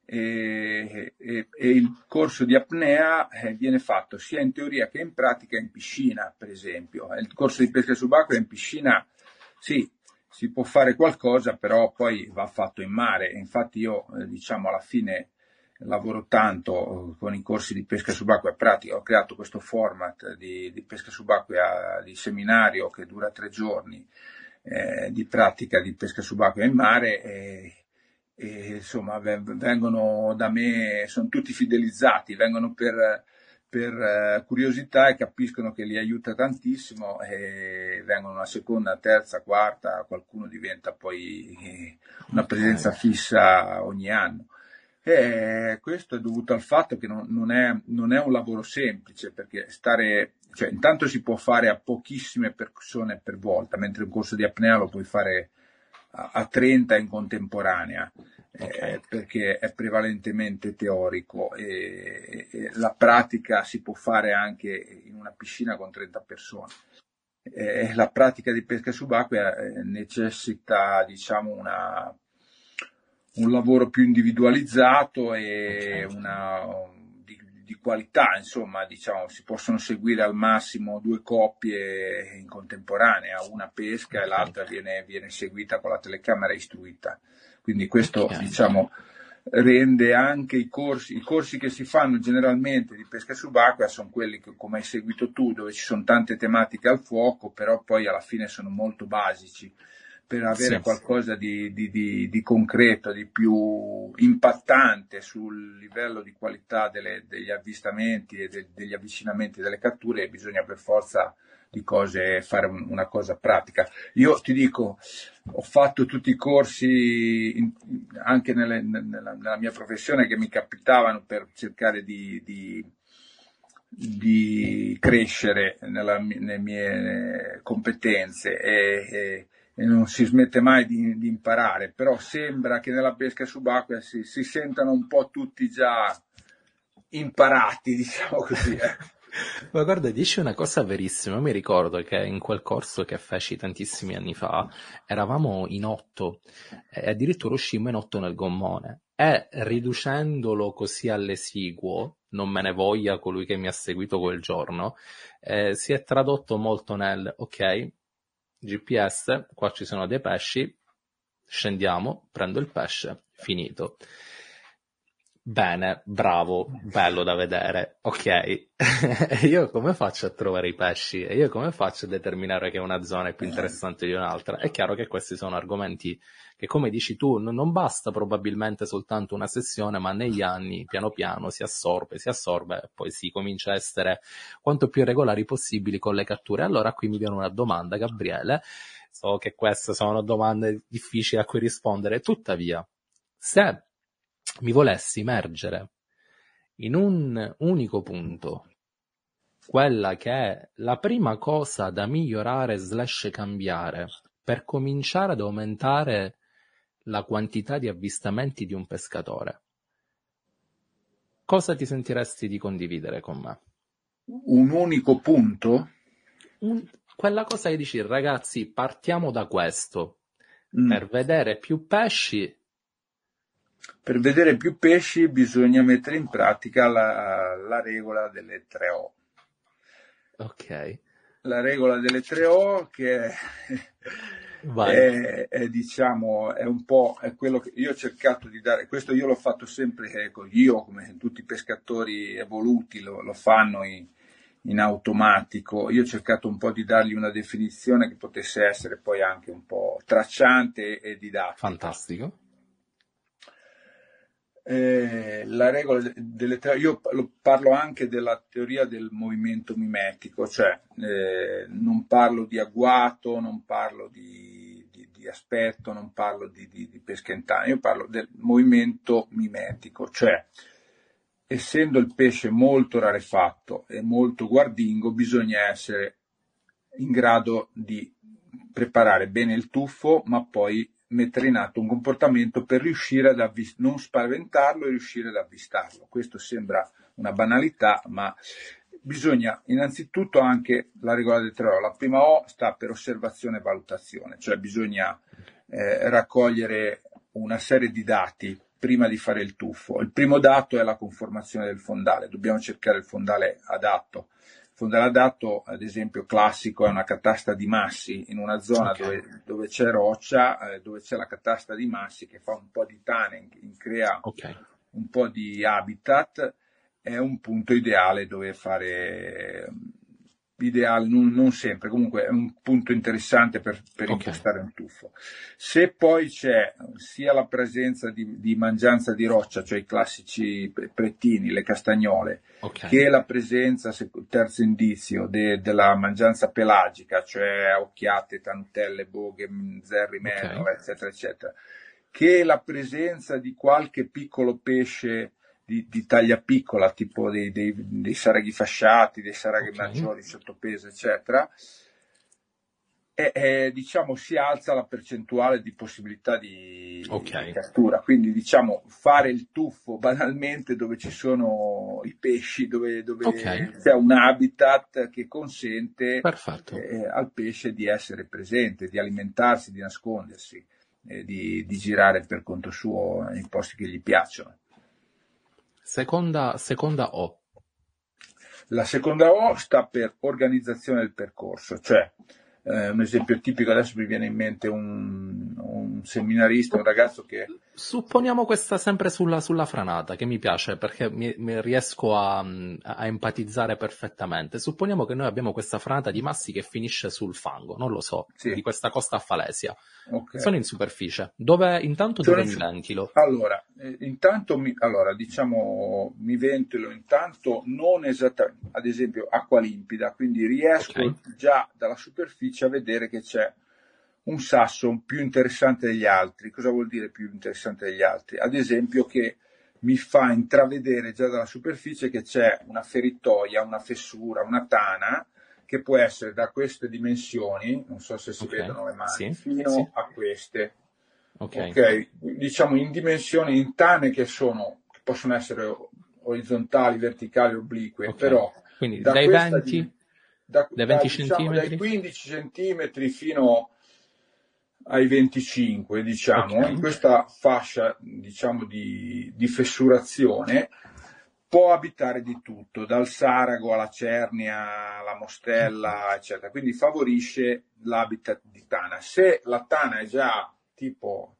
e il corso di apnea viene fatto sia in teoria che in pratica in piscina, per esempio. Il corso di pesca subacquea in piscina, sì, si può fare qualcosa, però poi va fatto in mare. Infatti io, diciamo, alla fine lavoro tanto con i corsi di pesca subacquea pratica, ho creato questo format di pesca subacquea, di seminario che dura 3 giorni, di pratica di pesca subacquea in mare, e insomma vengono da me, sono tutti fidelizzati, vengono per curiosità e capiscono che li aiuta tantissimo, e vengono una seconda, terza, quarta, qualcuno diventa poi una presenza fissa ogni anno. E questo è dovuto al fatto che non è un lavoro semplice, perché cioè, intanto si può fare a pochissime persone per volta, mentre un corso di apnea lo puoi fare a 30 in contemporanea. Perché è prevalentemente teorico, e la pratica si può fare anche in una piscina con 30 persone. La pratica di pesca subacquea necessita, diciamo, un lavoro più individualizzato e di qualità, insomma, diciamo, si possono seguire al massimo 2 coppie in contemporanea, una pesca e l'altra viene seguita con la telecamera istruita. Quindi questo, diciamo, rende anche i corsi che si fanno generalmente di pesca subacquea sono quelli che, come hai seguito tu, dove ci sono tante tematiche al fuoco, però poi alla fine sono molto basici, per avere qualcosa di concreto, di più impattante sul livello di qualità degli avvistamenti e degli avvicinamenti delle catture. Bisogna per forza di cose fare una cosa pratica. Io ti dico, ho fatto tutti i corsi anche nella mia professione che mi capitavano, per cercare di crescere nelle mie competenze, e non si smette mai di imparare, però sembra che nella pesca subacquea si sentano un po' tutti già imparati, diciamo così. Ma guarda, dici una cosa verissima. Io mi ricordo che in quel corso che feci tantissimi anni fa eravamo in 8 e addirittura uscimmo in 8 nel gommone, e riducendolo così all'esiguo, non me ne voglia colui che mi ha seguito quel giorno, si è tradotto molto nel ok, GPS, qua ci sono dei pesci, scendiamo, prendo il pesce, finito. Bene, bravo, bello da vedere, ok. E io come faccio a trovare i pesci? E io come faccio a determinare che una zona è più interessante di un'altra? È chiaro che questi sono argomenti che, come dici tu, non basta probabilmente soltanto una sessione, ma negli anni, piano piano, si assorbe, e poi si comincia a essere quanto più regolari possibili con le catture. Allora qui mi viene una domanda, Gabriele, so che queste sono domande difficili a cui rispondere, tuttavia, se mi volessi immergere in un unico punto, quella che è la prima cosa da migliorare / cambiare per cominciare ad aumentare la quantità di avvistamenti di un pescatore, cosa ti sentiresti di condividere con me? Un unico punto? Quella cosa che dici, ragazzi, partiamo da questo, per vedere più pesci. Per vedere più pesci bisogna mettere in pratica la regola delle 3O. Ok. La regola delle 3O, che diciamo, è un po' è quello che io ho cercato di dare. Questo io l'ho fatto sempre, ecco, io come tutti i pescatori evoluti lo fanno in automatico. Io ho cercato un po' di dargli una definizione che potesse essere poi anche un po' tracciante e didattica. Fantastico. La regola delle 3, io parlo anche della teoria del movimento mimetico, cioè non parlo di agguato, non parlo di aspetto, non parlo di pesca in tana, io parlo del movimento mimetico, cioè essendo il pesce molto rarefatto e molto guardingo, bisogna essere in grado di preparare bene il tuffo, ma poi mettere in atto un comportamento per riuscire ad non spaventarlo e riuscire ad avvistarlo. Questo sembra una banalità, ma bisogna innanzitutto anche la regola del 3O. La prima O sta per osservazione e valutazione, cioè bisogna raccogliere una serie di dati prima di fare il tuffo. Il primo dato è la conformazione del fondale, dobbiamo cercare il fondale adatto Fondoradatto, ad esempio, classico è una catasta di massi in una zona dove c'è roccia, dove c'è la catasta di massi che fa un po' di tane, crea un po' di habitat, è un punto ideale dove fare, ideale non sempre, comunque è un punto interessante per impostare un tuffo. Se poi c'è sia la presenza di mangianza di roccia, cioè i classici prettini, le castagnole, che la presenza, terzo indizio, della mangianza pelagica, cioè occhiate, tantelle, boghe, zerri, merlo, eccetera, eccetera, che la presenza di qualche piccolo pesce di taglia piccola, tipo dei saraghi fasciati, dei saraghi maggiori, sottopeso, eccetera, diciamo si alza la percentuale di possibilità di cattura. Quindi diciamo fare il tuffo banalmente dove ci sono i pesci, dove c'è un habitat che consente al pesce di essere presente, di alimentarsi, di nascondersi, di girare per conto suo nei posti che gli piacciono. Seconda O. La seconda O sta per organizzazione del percorso, cioè un esempio tipico, adesso mi viene in mente un seminarista, un ragazzo che... Supponiamo questa sempre sulla franata, che mi piace perché mi riesco a empatizzare perfettamente. Supponiamo che noi abbiamo questa franata di massi che finisce sul fango, non lo so, di questa costa affalesia. Sono in superficie, dove mi ventilo? Allora, intanto diciamo mi ventilo intanto non esattamente, ad esempio acqua limpida, quindi riesco già dalla superficie a vedere che c'è un sasso più interessante degli altri. Cosa vuol dire più interessante degli altri? Ad esempio che mi fa intravedere già dalla superficie che c'è una feritoia, una fessura, una tana, che può essere da queste dimensioni, non so se si vedono le mani, fino a queste. Diciamo in dimensioni, in tane che possono essere orizzontali, verticali, oblique, però quindi dai 20 diciamo, centimetri? Dai 15 centimetri fino ai 25, diciamo, in questa fascia, diciamo, di fessurazione può abitare di tutto, dal sarago alla cernia, alla mostella, eccetera. Quindi favorisce l'habitat di tana. Se la tana è già tipo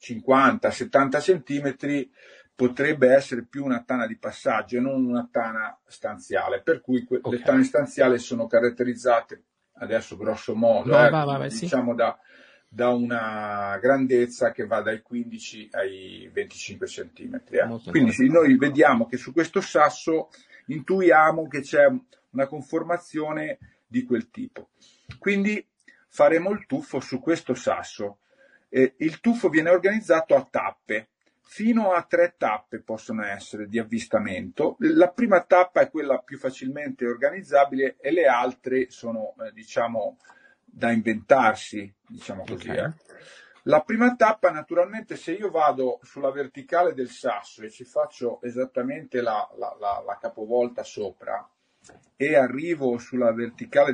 50-70 centimetri, potrebbe essere più una tana di passaggio e non una tana stanziale, per cui le tane stanziali sono caratterizzate, adesso grosso modo, diciamo da una grandezza che va dai 15 ai 25 centimetri. Quindi noi vediamo che su questo sasso intuiamo che c'è una conformazione di quel tipo. Quindi faremo il tuffo su questo sasso. Il tuffo viene organizzato a tappe. Fino a 3 tappe possono essere di avvistamento. La prima tappa è quella più facilmente organizzabile e le altre sono, diciamo, da inventarsi, diciamo così. La prima tappa, naturalmente, se io vado sulla verticale del sasso e ci faccio esattamente la capovolta sopra e arrivo sulla verticale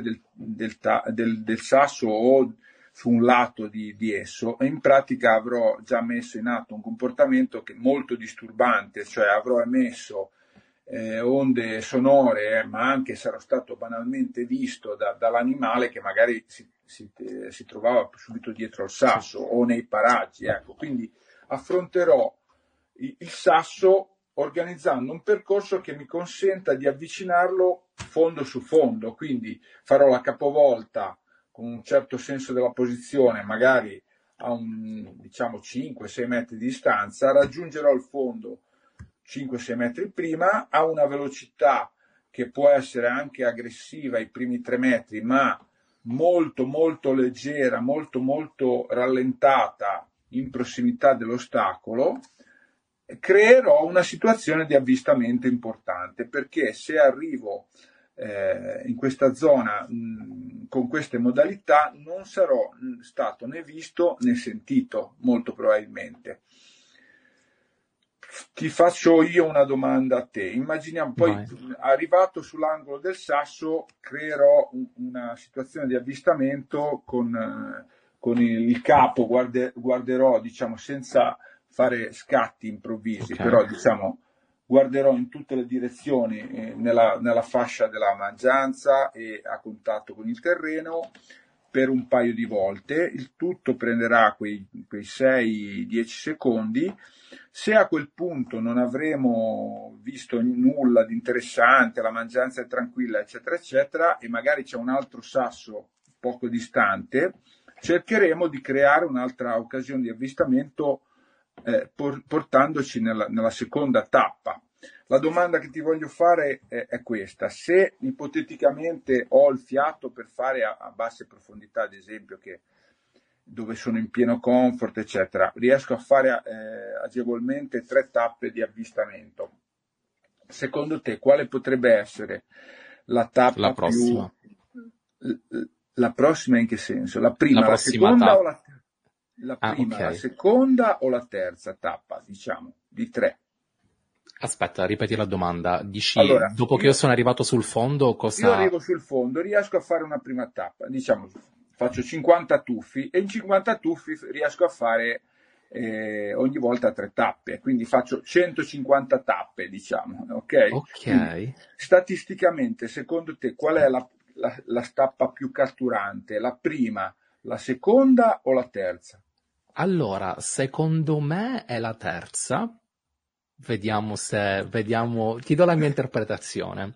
del sasso o su un lato di esso, in pratica avrò già messo in atto un comportamento molto disturbante, cioè avrò emesso onde sonore, ma anche sarò stato banalmente visto dall'animale che magari si trovava subito dietro al sasso o nei paraggi. Quindi affronterò il sasso organizzando un percorso che mi consenta di avvicinarlo fondo su fondo, quindi farò la capovolta con un certo senso della posizione, magari a diciamo 5-6 metri di distanza, raggiungerò il fondo 5-6 metri prima, a una velocità che può essere anche aggressiva i primi 3 metri, ma molto molto leggera, molto molto rallentata in prossimità dell'ostacolo, creerò una situazione di avvistamento importante, perché se arrivo in questa zona con queste modalità non sarò stato né visto né sentito, molto probabilmente. Ti faccio io una domanda a te. Immaginiamo poi, arrivato sull'angolo del sasso, creerò una situazione di avvistamento con il capo, guarderò, diciamo, senza fare scatti improvvisi, però diciamo guarderò in tutte le direzioni nella fascia della mangianza e a contatto con il terreno per un paio di volte. Il tutto prenderà quei 6-10 secondi. Se a quel punto non avremo visto nulla di interessante, la mangianza è tranquilla, eccetera, eccetera, e magari c'è un altro sasso poco distante, cercheremo di creare un'altra occasione di avvistamento portandoci nella seconda tappa. La domanda che ti voglio fare è questa: se ipoteticamente ho il fiato per fare a basse profondità, ad esempio, dove sono in pieno comfort, eccetera, riesco a fare agevolmente 3 tappe di avvistamento. Secondo te quale potrebbe essere la tappa La prossima. La prossima in che senso? La prima, la seconda tappa. O la prima, okay. La seconda o la terza tappa, diciamo, di 3? Aspetta, ripeti la domanda. Dici, allora, dopo che io sono arrivato sul fondo, cosa... Io arrivo sul fondo, riesco a fare una prima tappa, diciamo, faccio 50 tuffi e in 50 tuffi riesco a fare ogni volta 3 tappe, quindi faccio 150 tappe, diciamo, ok? Ok. Quindi, statisticamente, secondo te, qual è la tappa più catturante? La prima, la seconda o la terza? Allora, secondo me è la terza. Vediamo, ti do la mia interpretazione.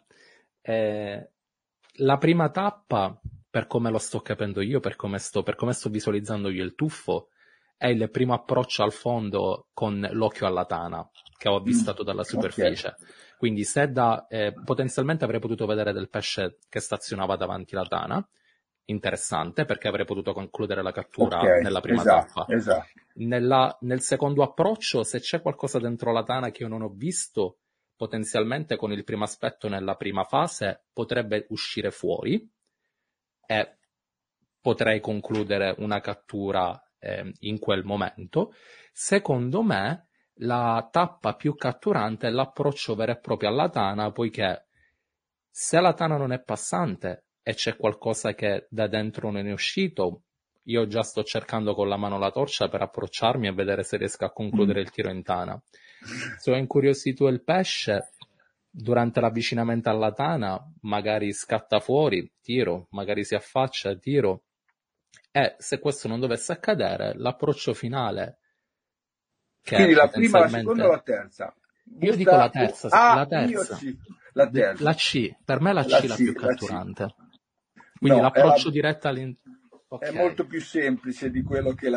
La prima tappa, per come lo sto capendo io, per come sto visualizzando io il tuffo, è il primo approccio al fondo con l'occhio alla tana, che ho avvistato dalla superficie. Okay. Quindi potenzialmente avrei potuto vedere del pesce che stazionava davanti alla tana, interessante, perché avrei potuto concludere la cattura nella prima tappa. Esatto. Nel secondo approccio, se c'è qualcosa dentro la tana che io non ho visto, potenzialmente con il primo aspetto nella prima fase potrebbe uscire fuori e potrei concludere una cattura in quel momento. Secondo me la tappa più catturante è l'approccio vero e proprio alla tana, poiché se la tana non è passante e c'è qualcosa che da dentro non è uscito, io già sto cercando con la mano la torcia per approcciarmi e vedere se riesco a concludere il tiro in tana. Se ho incuriosito il pesce, durante l'avvicinamento alla tana, magari scatta fuori, tiro, magari si affaccia, tiro. E se questo non dovesse accadere, l'approccio finale... Quindi la prima, la seconda o la terza? Io dico la terza. La terza. La terza. La C, per me la C è la più catturante. Quindi l'approccio diretto all'interno. Okay. È molto più semplice di quello che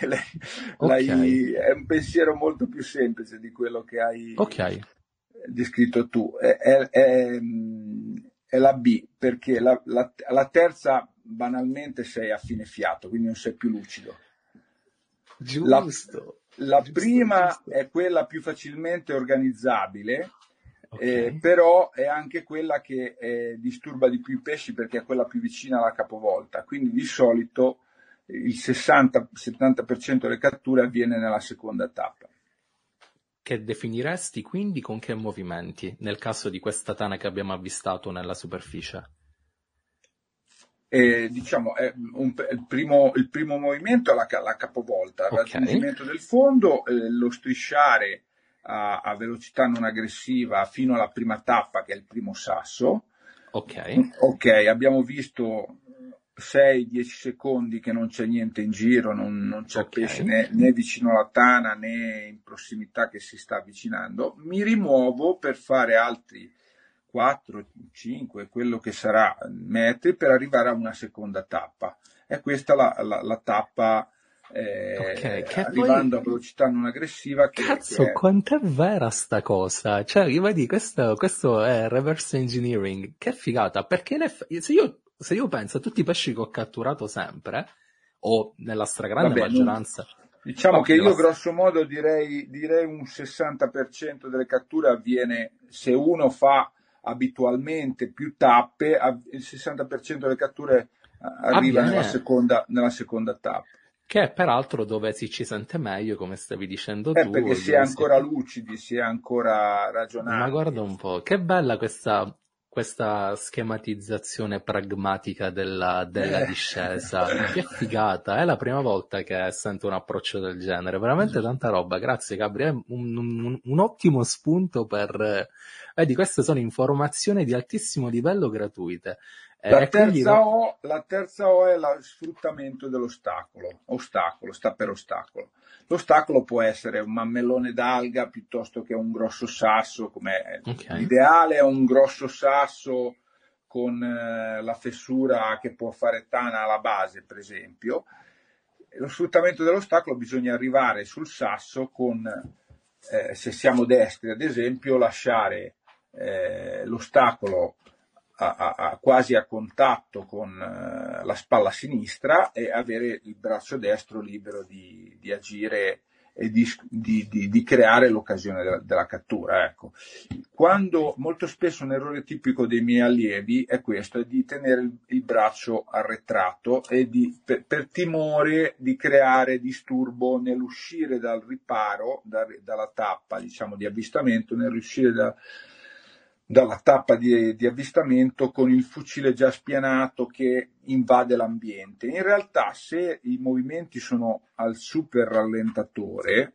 è un pensiero molto più semplice di quello che hai descritto tu. È la B, perché la terza banalmente sei a fine fiato, quindi non sei più lucido. Giusto. La prima è quella più facilmente organizzabile, però è anche quella che disturba di più i pesci, perché è quella più vicina alla capovolta, quindi di solito il 60-70% delle catture avviene nella seconda tappa. Che definiresti quindi con che movimenti, nel caso di questa tana che abbiamo avvistato nella superficie? Diciamo il primo movimento è la capovolta, il raggiungimento del fondo, lo strisciare a velocità non aggressiva fino alla prima tappa, che è il primo sasso. Ok, abbiamo visto 6-10 secondi che non c'è niente in giro, non c'è pesce né vicino alla tana né in prossimità che si sta avvicinando. Mi rimuovo per fare altri 4, 5, quello che sarà metri, per arrivare a una seconda tappa. È questa la tappa arrivando a velocità non aggressiva. Quanto è vera sta cosa? Cioè, vedi, questo è reverse engineering. Che figata, perché se io penso a tutti i pesci che ho catturato sempre, o nella stragrande maggioranza... Diciamo che io grosso modo direi un 60% delle catture avviene, se uno fa abitualmente più tappe, il 60% delle catture arriva nella seconda tappa. Che è peraltro dove ci sente meglio, come stavi dicendo tu. Perché si è ancora lucidi, si è ancora ragionanti. Ma guarda un po', che bella questa questa schematizzazione pragmatica della discesa. Che figata, è la prima volta che sento un approccio del genere, veramente tanta roba, grazie Gabri, è un ottimo spunto per... Vedi, queste sono informazioni di altissimo livello gratuite. La Quindi terza O è lo sfruttamento dell'ostacolo. Ostacolo, sta per ostacolo. L'ostacolo può essere un mammellone d'alga piuttosto che un grosso sasso, Okay. l'ideale è un grosso sasso con la fessura che può fare tana alla base, per esempio. Lo sfruttamento dell'ostacolo bisogna arrivare sul sasso con, se siamo destri ad esempio, lasciare l'ostacolo quasi a contatto con la spalla sinistra e avere il braccio destro libero di agire e di creare l'occasione della cattura. Ecco. Quando molto spesso un errore tipico dei miei allievi è questo, è di tenere il braccio arretrato e per timore di creare disturbo nell'uscire dal riparo, dalla tappa, diciamo, di avvistamento, nell'uscire dalla tappa di avvistamento con il fucile già spianato che invade l'ambiente. In realtà, se i movimenti sono al super rallentatore,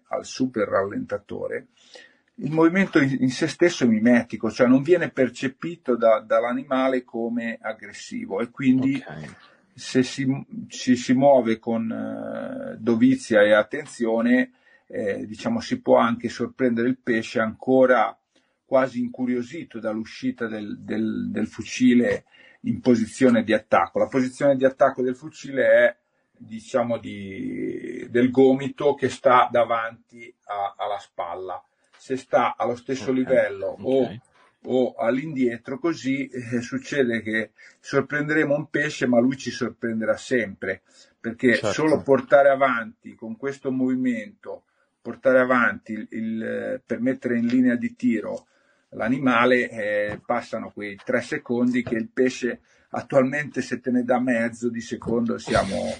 il movimento in se stesso è mimetico, cioè non viene percepito dall'animale come aggressivo e quindi se si muove con dovizia e attenzione, diciamo, si può anche sorprendere il pesce ancora quasi incuriosito dall'uscita del fucile in posizione di attacco. La posizione di attacco del fucile è, diciamo, del gomito che sta davanti alla spalla. Se sta allo stesso livello o all'indietro, così succede che sorprenderemo un pesce, ma lui ci sorprenderà sempre, perché solo portare avanti con questo movimento, per mettere in linea di tiro l'animale, passano quei 3 secondi che il pesce attualmente, se te ne dà mezzo di secondo siamo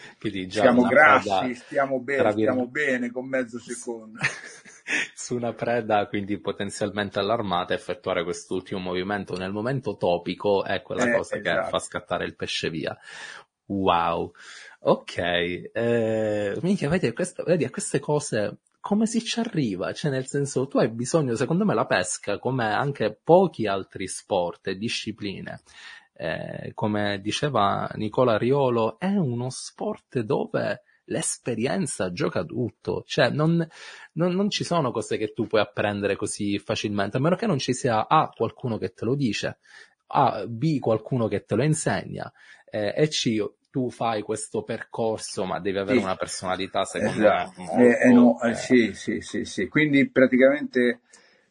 grassi, stiamo bene con mezzo secondo. Su una preda quindi potenzialmente allarmata, effettuare quest'ultimo movimento nel momento topico è quella cosa che fa scattare il pesce via. Wow, ok, minchia, vedi a queste cose come si ci arriva? Cioè, nel senso, tu hai bisogno, secondo me la pesca, come anche pochi altri sport e discipline, come diceva Nicola Riolo, è uno sport dove l'esperienza gioca tutto, cioè non ci sono cose che tu puoi apprendere così facilmente, a meno che non ci sia A, qualcuno che te lo dice, A, B, qualcuno che te lo insegna, e C, tu fai questo percorso, ma devi avere una personalità, secondo me, molto... Sì. Quindi praticamente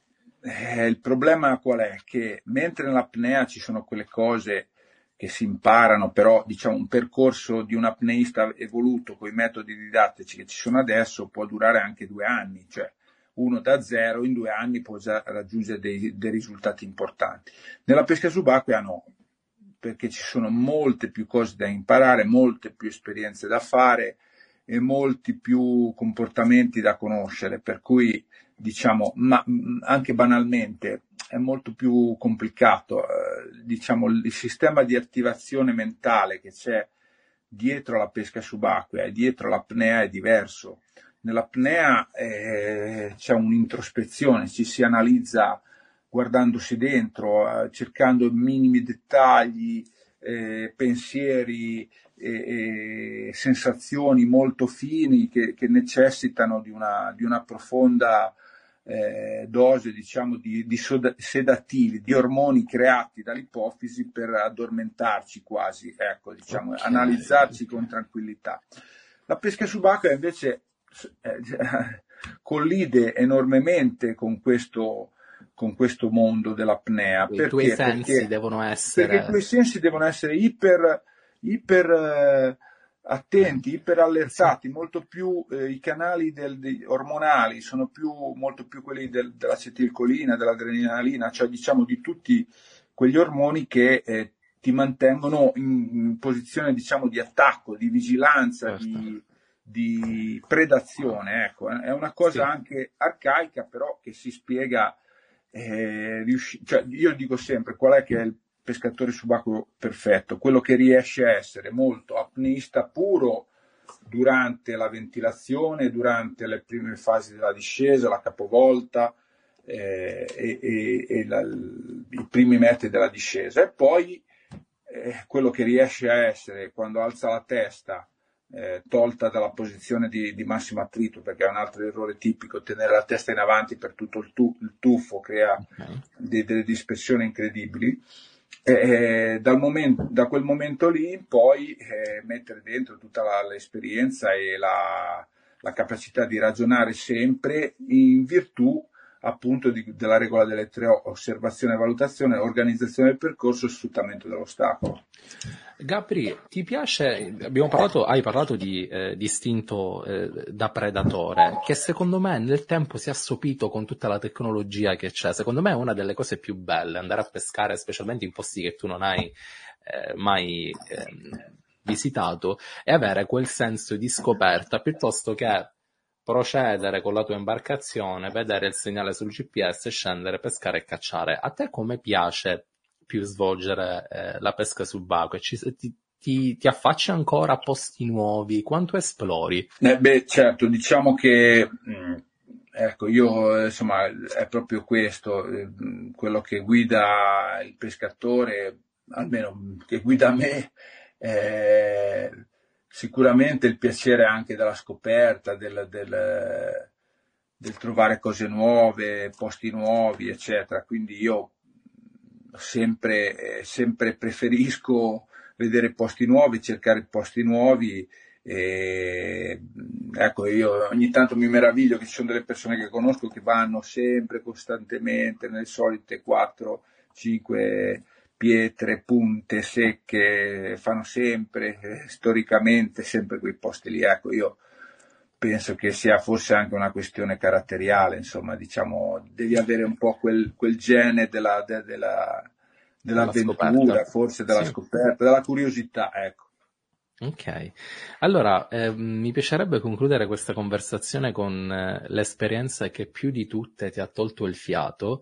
il problema qual è? Che mentre nell'apnea ci sono quelle cose che si imparano, però diciamo un percorso di un apneista evoluto con i metodi didattici che ci sono adesso può durare anche 2 anni, cioè uno da 0 in 2 anni può già raggiungere dei risultati importanti. Nella pesca subacquea no, perché ci sono molte più cose da imparare, molte più esperienze da fare e molti più comportamenti da conoscere, per cui diciamo, ma anche banalmente è molto più complicato, diciamo, il sistema di attivazione mentale che c'è dietro la pesca subacquea e dietro l'apnea è diverso. Nell'apnea c'è un'introspezione, ci si analizza guardandosi dentro, cercando minimi dettagli, pensieri e sensazioni molto fini che necessitano di una profonda dose, diciamo, di sedativi, di ormoni creati dall'ipofisi per addormentarci quasi, ecco, diciamo, analizzarci con tranquillità. La pesca subacquea invece collide enormemente con questo mondo dell'apnea. I tuoi sensi devono essere... Perché i tuoi sensi devono essere iper attenti, iper allertati, molto più i canali ormonali sono molto più quelli dell'acetilcolina, dell'adrenalina, cioè diciamo di tutti quegli ormoni che ti mantengono in posizione, diciamo, di attacco, di vigilanza, di predazione, ecco. È una cosa anche arcaica, però che si spiega cioè, io dico sempre qual è che è il pescatore subacqueo perfetto, quello che riesce a essere molto apneista puro durante la ventilazione, durante le prime fasi della discesa, la capovolta i primi metri della discesa, e poi quello che riesce a essere quando alza la testa, tolta dalla posizione di massimo attrito, perché è un altro errore tipico, tenere la testa in avanti per tutto il tuffo crea delle dispersioni incredibili. Da quel momento lì in poi mettere dentro tutta l'esperienza e la capacità di ragionare sempre in virtù appunto della regola delle 3 osservazione, valutazione, organizzazione del percorso e sfruttamento dell'ostacolo. Gabri, ti piace, hai parlato di istinto da predatore, che secondo me nel tempo si è assopito con tutta la tecnologia che c'è. Secondo me è una delle cose più belle, andare a pescare, specialmente in posti che tu non hai mai visitato, e avere quel senso di scoperta, piuttosto che procedere con la tua imbarcazione, vedere il segnale sul GPS, scendere, pescare e cacciare. A te come piace più svolgere la pesca subacquea? Ti affacci ancora a posti nuovi? Quanto esplori? Certo, diciamo che ecco, io insomma è proprio questo quello che guida il pescatore, almeno che guida me, sicuramente il piacere anche della scoperta, del trovare cose nuove, posti nuovi, eccetera. Quindi io sempre preferisco vedere posti nuovi, cercare posti nuovi. Ecco, io ogni tanto mi meraviglio che ci sono delle persone che conosco che vanno sempre costantemente nelle solite 4-5 pietre, punte secche, fanno sempre storicamente sempre quei posti lì. Ecco, io penso che sia forse anche una questione caratteriale, insomma, diciamo, devi avere un po' quel gene dell'avventura, forse della scoperta, della curiosità, ecco. Ok, allora mi piacerebbe concludere questa conversazione con l'esperienza che più di tutte ti ha tolto il fiato,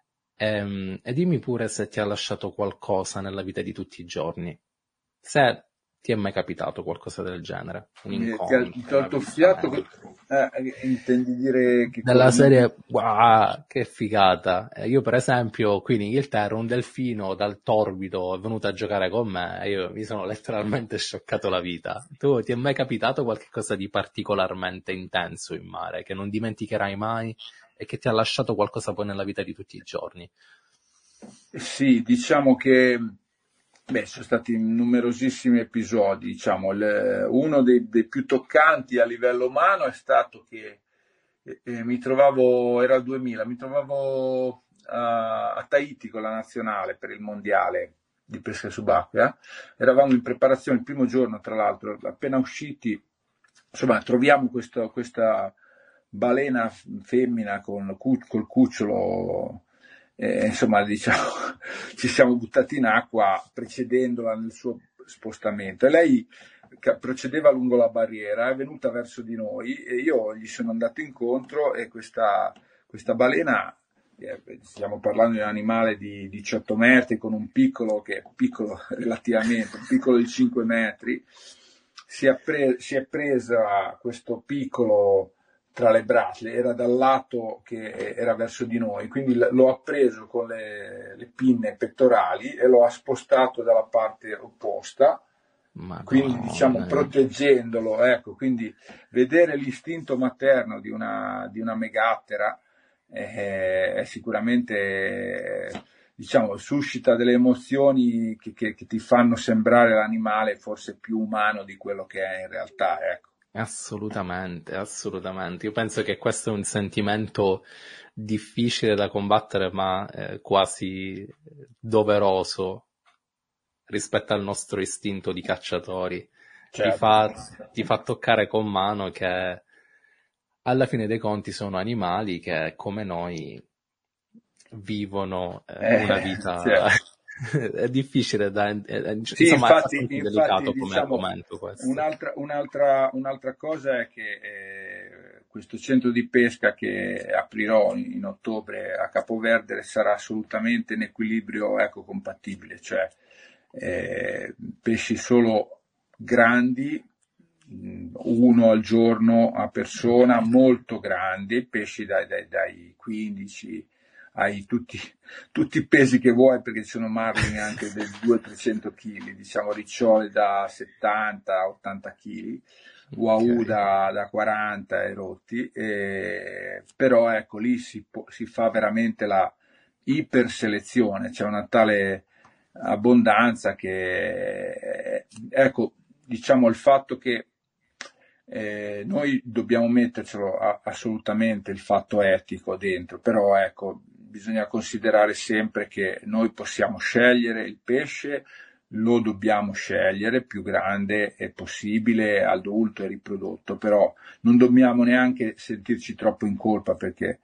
e dimmi pure se ti ha lasciato qualcosa nella vita di tutti i giorni, se ti è mai capitato qualcosa del genere, un incontro, ti ha tolto il fiato, intendi dire che della serie, wow, che figata. Io per esempio qui in Inghilterra un delfino dal torbido è venuto a giocare con me e io mi sono letteralmente scioccato la vita. Tu ti è mai capitato qualcosa di particolarmente intenso in mare che non dimenticherai mai e che ti ha lasciato qualcosa poi nella vita di tutti i giorni? Sì, diciamo che sono stati numerosissimi episodi. Diciamo, uno dei più toccanti a livello umano è stato che mi trovavo, era il 2000, mi trovavo a Tahiti con la nazionale per il mondiale di pesca subacquea. Eravamo in preparazione il primo giorno, tra l'altro, appena usciti, insomma, troviamo questa balena femmina col cucciolo. Insomma, diciamo, ci siamo buttati in acqua precedendola nel suo spostamento, e lei procedeva lungo la barriera, è venuta verso di noi e io gli sono andato incontro, e questa balena, stiamo parlando di un animale di 18 metri con un piccolo, che è piccolo relativamente, un piccolo di 5 metri, si è presa questo piccolo tra le braccia, era dal lato che era verso di noi, quindi lo ha preso con le pinne pettorali e lo ha spostato dalla parte opposta, quindi diciamo proteggendolo, ecco. Quindi vedere l'istinto materno di una megattera è sicuramente, diciamo, suscita delle emozioni che ti fanno sembrare l'animale forse più umano di quello che è in realtà, ecco. Assolutamente, assolutamente. Io penso che questo è un sentimento difficile da combattere, ma quasi doveroso rispetto al nostro istinto di cacciatori. Certo. Ti fa toccare con mano che alla fine dei conti sono animali che, come noi, vivono una vita... Certo. È difficile sì, insomma, infatti, è delicato come diciamo, argomento questo. un'altra cosa è che questo centro di pesca che aprirò in ottobre a Capoverde sarà assolutamente in equilibrio ecocompatibile, cioè pesci solo grandi, uno al giorno a persona, molto grandi, pesci dai 15 hai tutti i pesi che vuoi, perché ci sono marlini anche del 200-300 kg, diciamo ricciole da 70-80 kg, Wahoo da 40 e rotti, però ecco lì si fa veramente la iperselezione, c'è una tale abbondanza che ecco, diciamo il fatto che noi dobbiamo mettercelo assolutamente il fatto etico dentro, però ecco, bisogna considerare sempre che noi possiamo scegliere il pesce, lo dobbiamo scegliere più grande è possibile, adulto e riprodotto, però non dobbiamo neanche sentirci troppo in colpa perché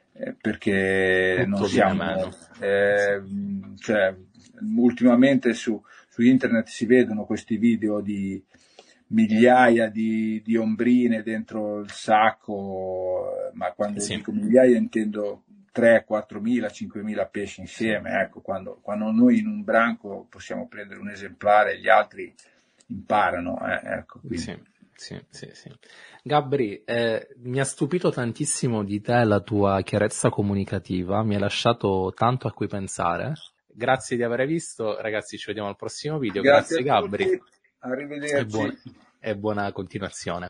non siamo, cioè, ultimamente su internet si vedono questi video di migliaia di ombrine dentro il sacco, ma quando dico migliaia intendo 3, 4.000, 5.000 pesci insieme, ecco, quando noi in un branco possiamo prendere un esemplare, gli altri imparano, ecco. Sì. Gabri, mi ha stupito tantissimo di te la tua chiarezza comunicativa, mi ha lasciato tanto a cui pensare. Grazie di aver visto, ragazzi, ci vediamo al prossimo video. Grazie a Gabri. tutti. Arrivederci. E buona continuazione.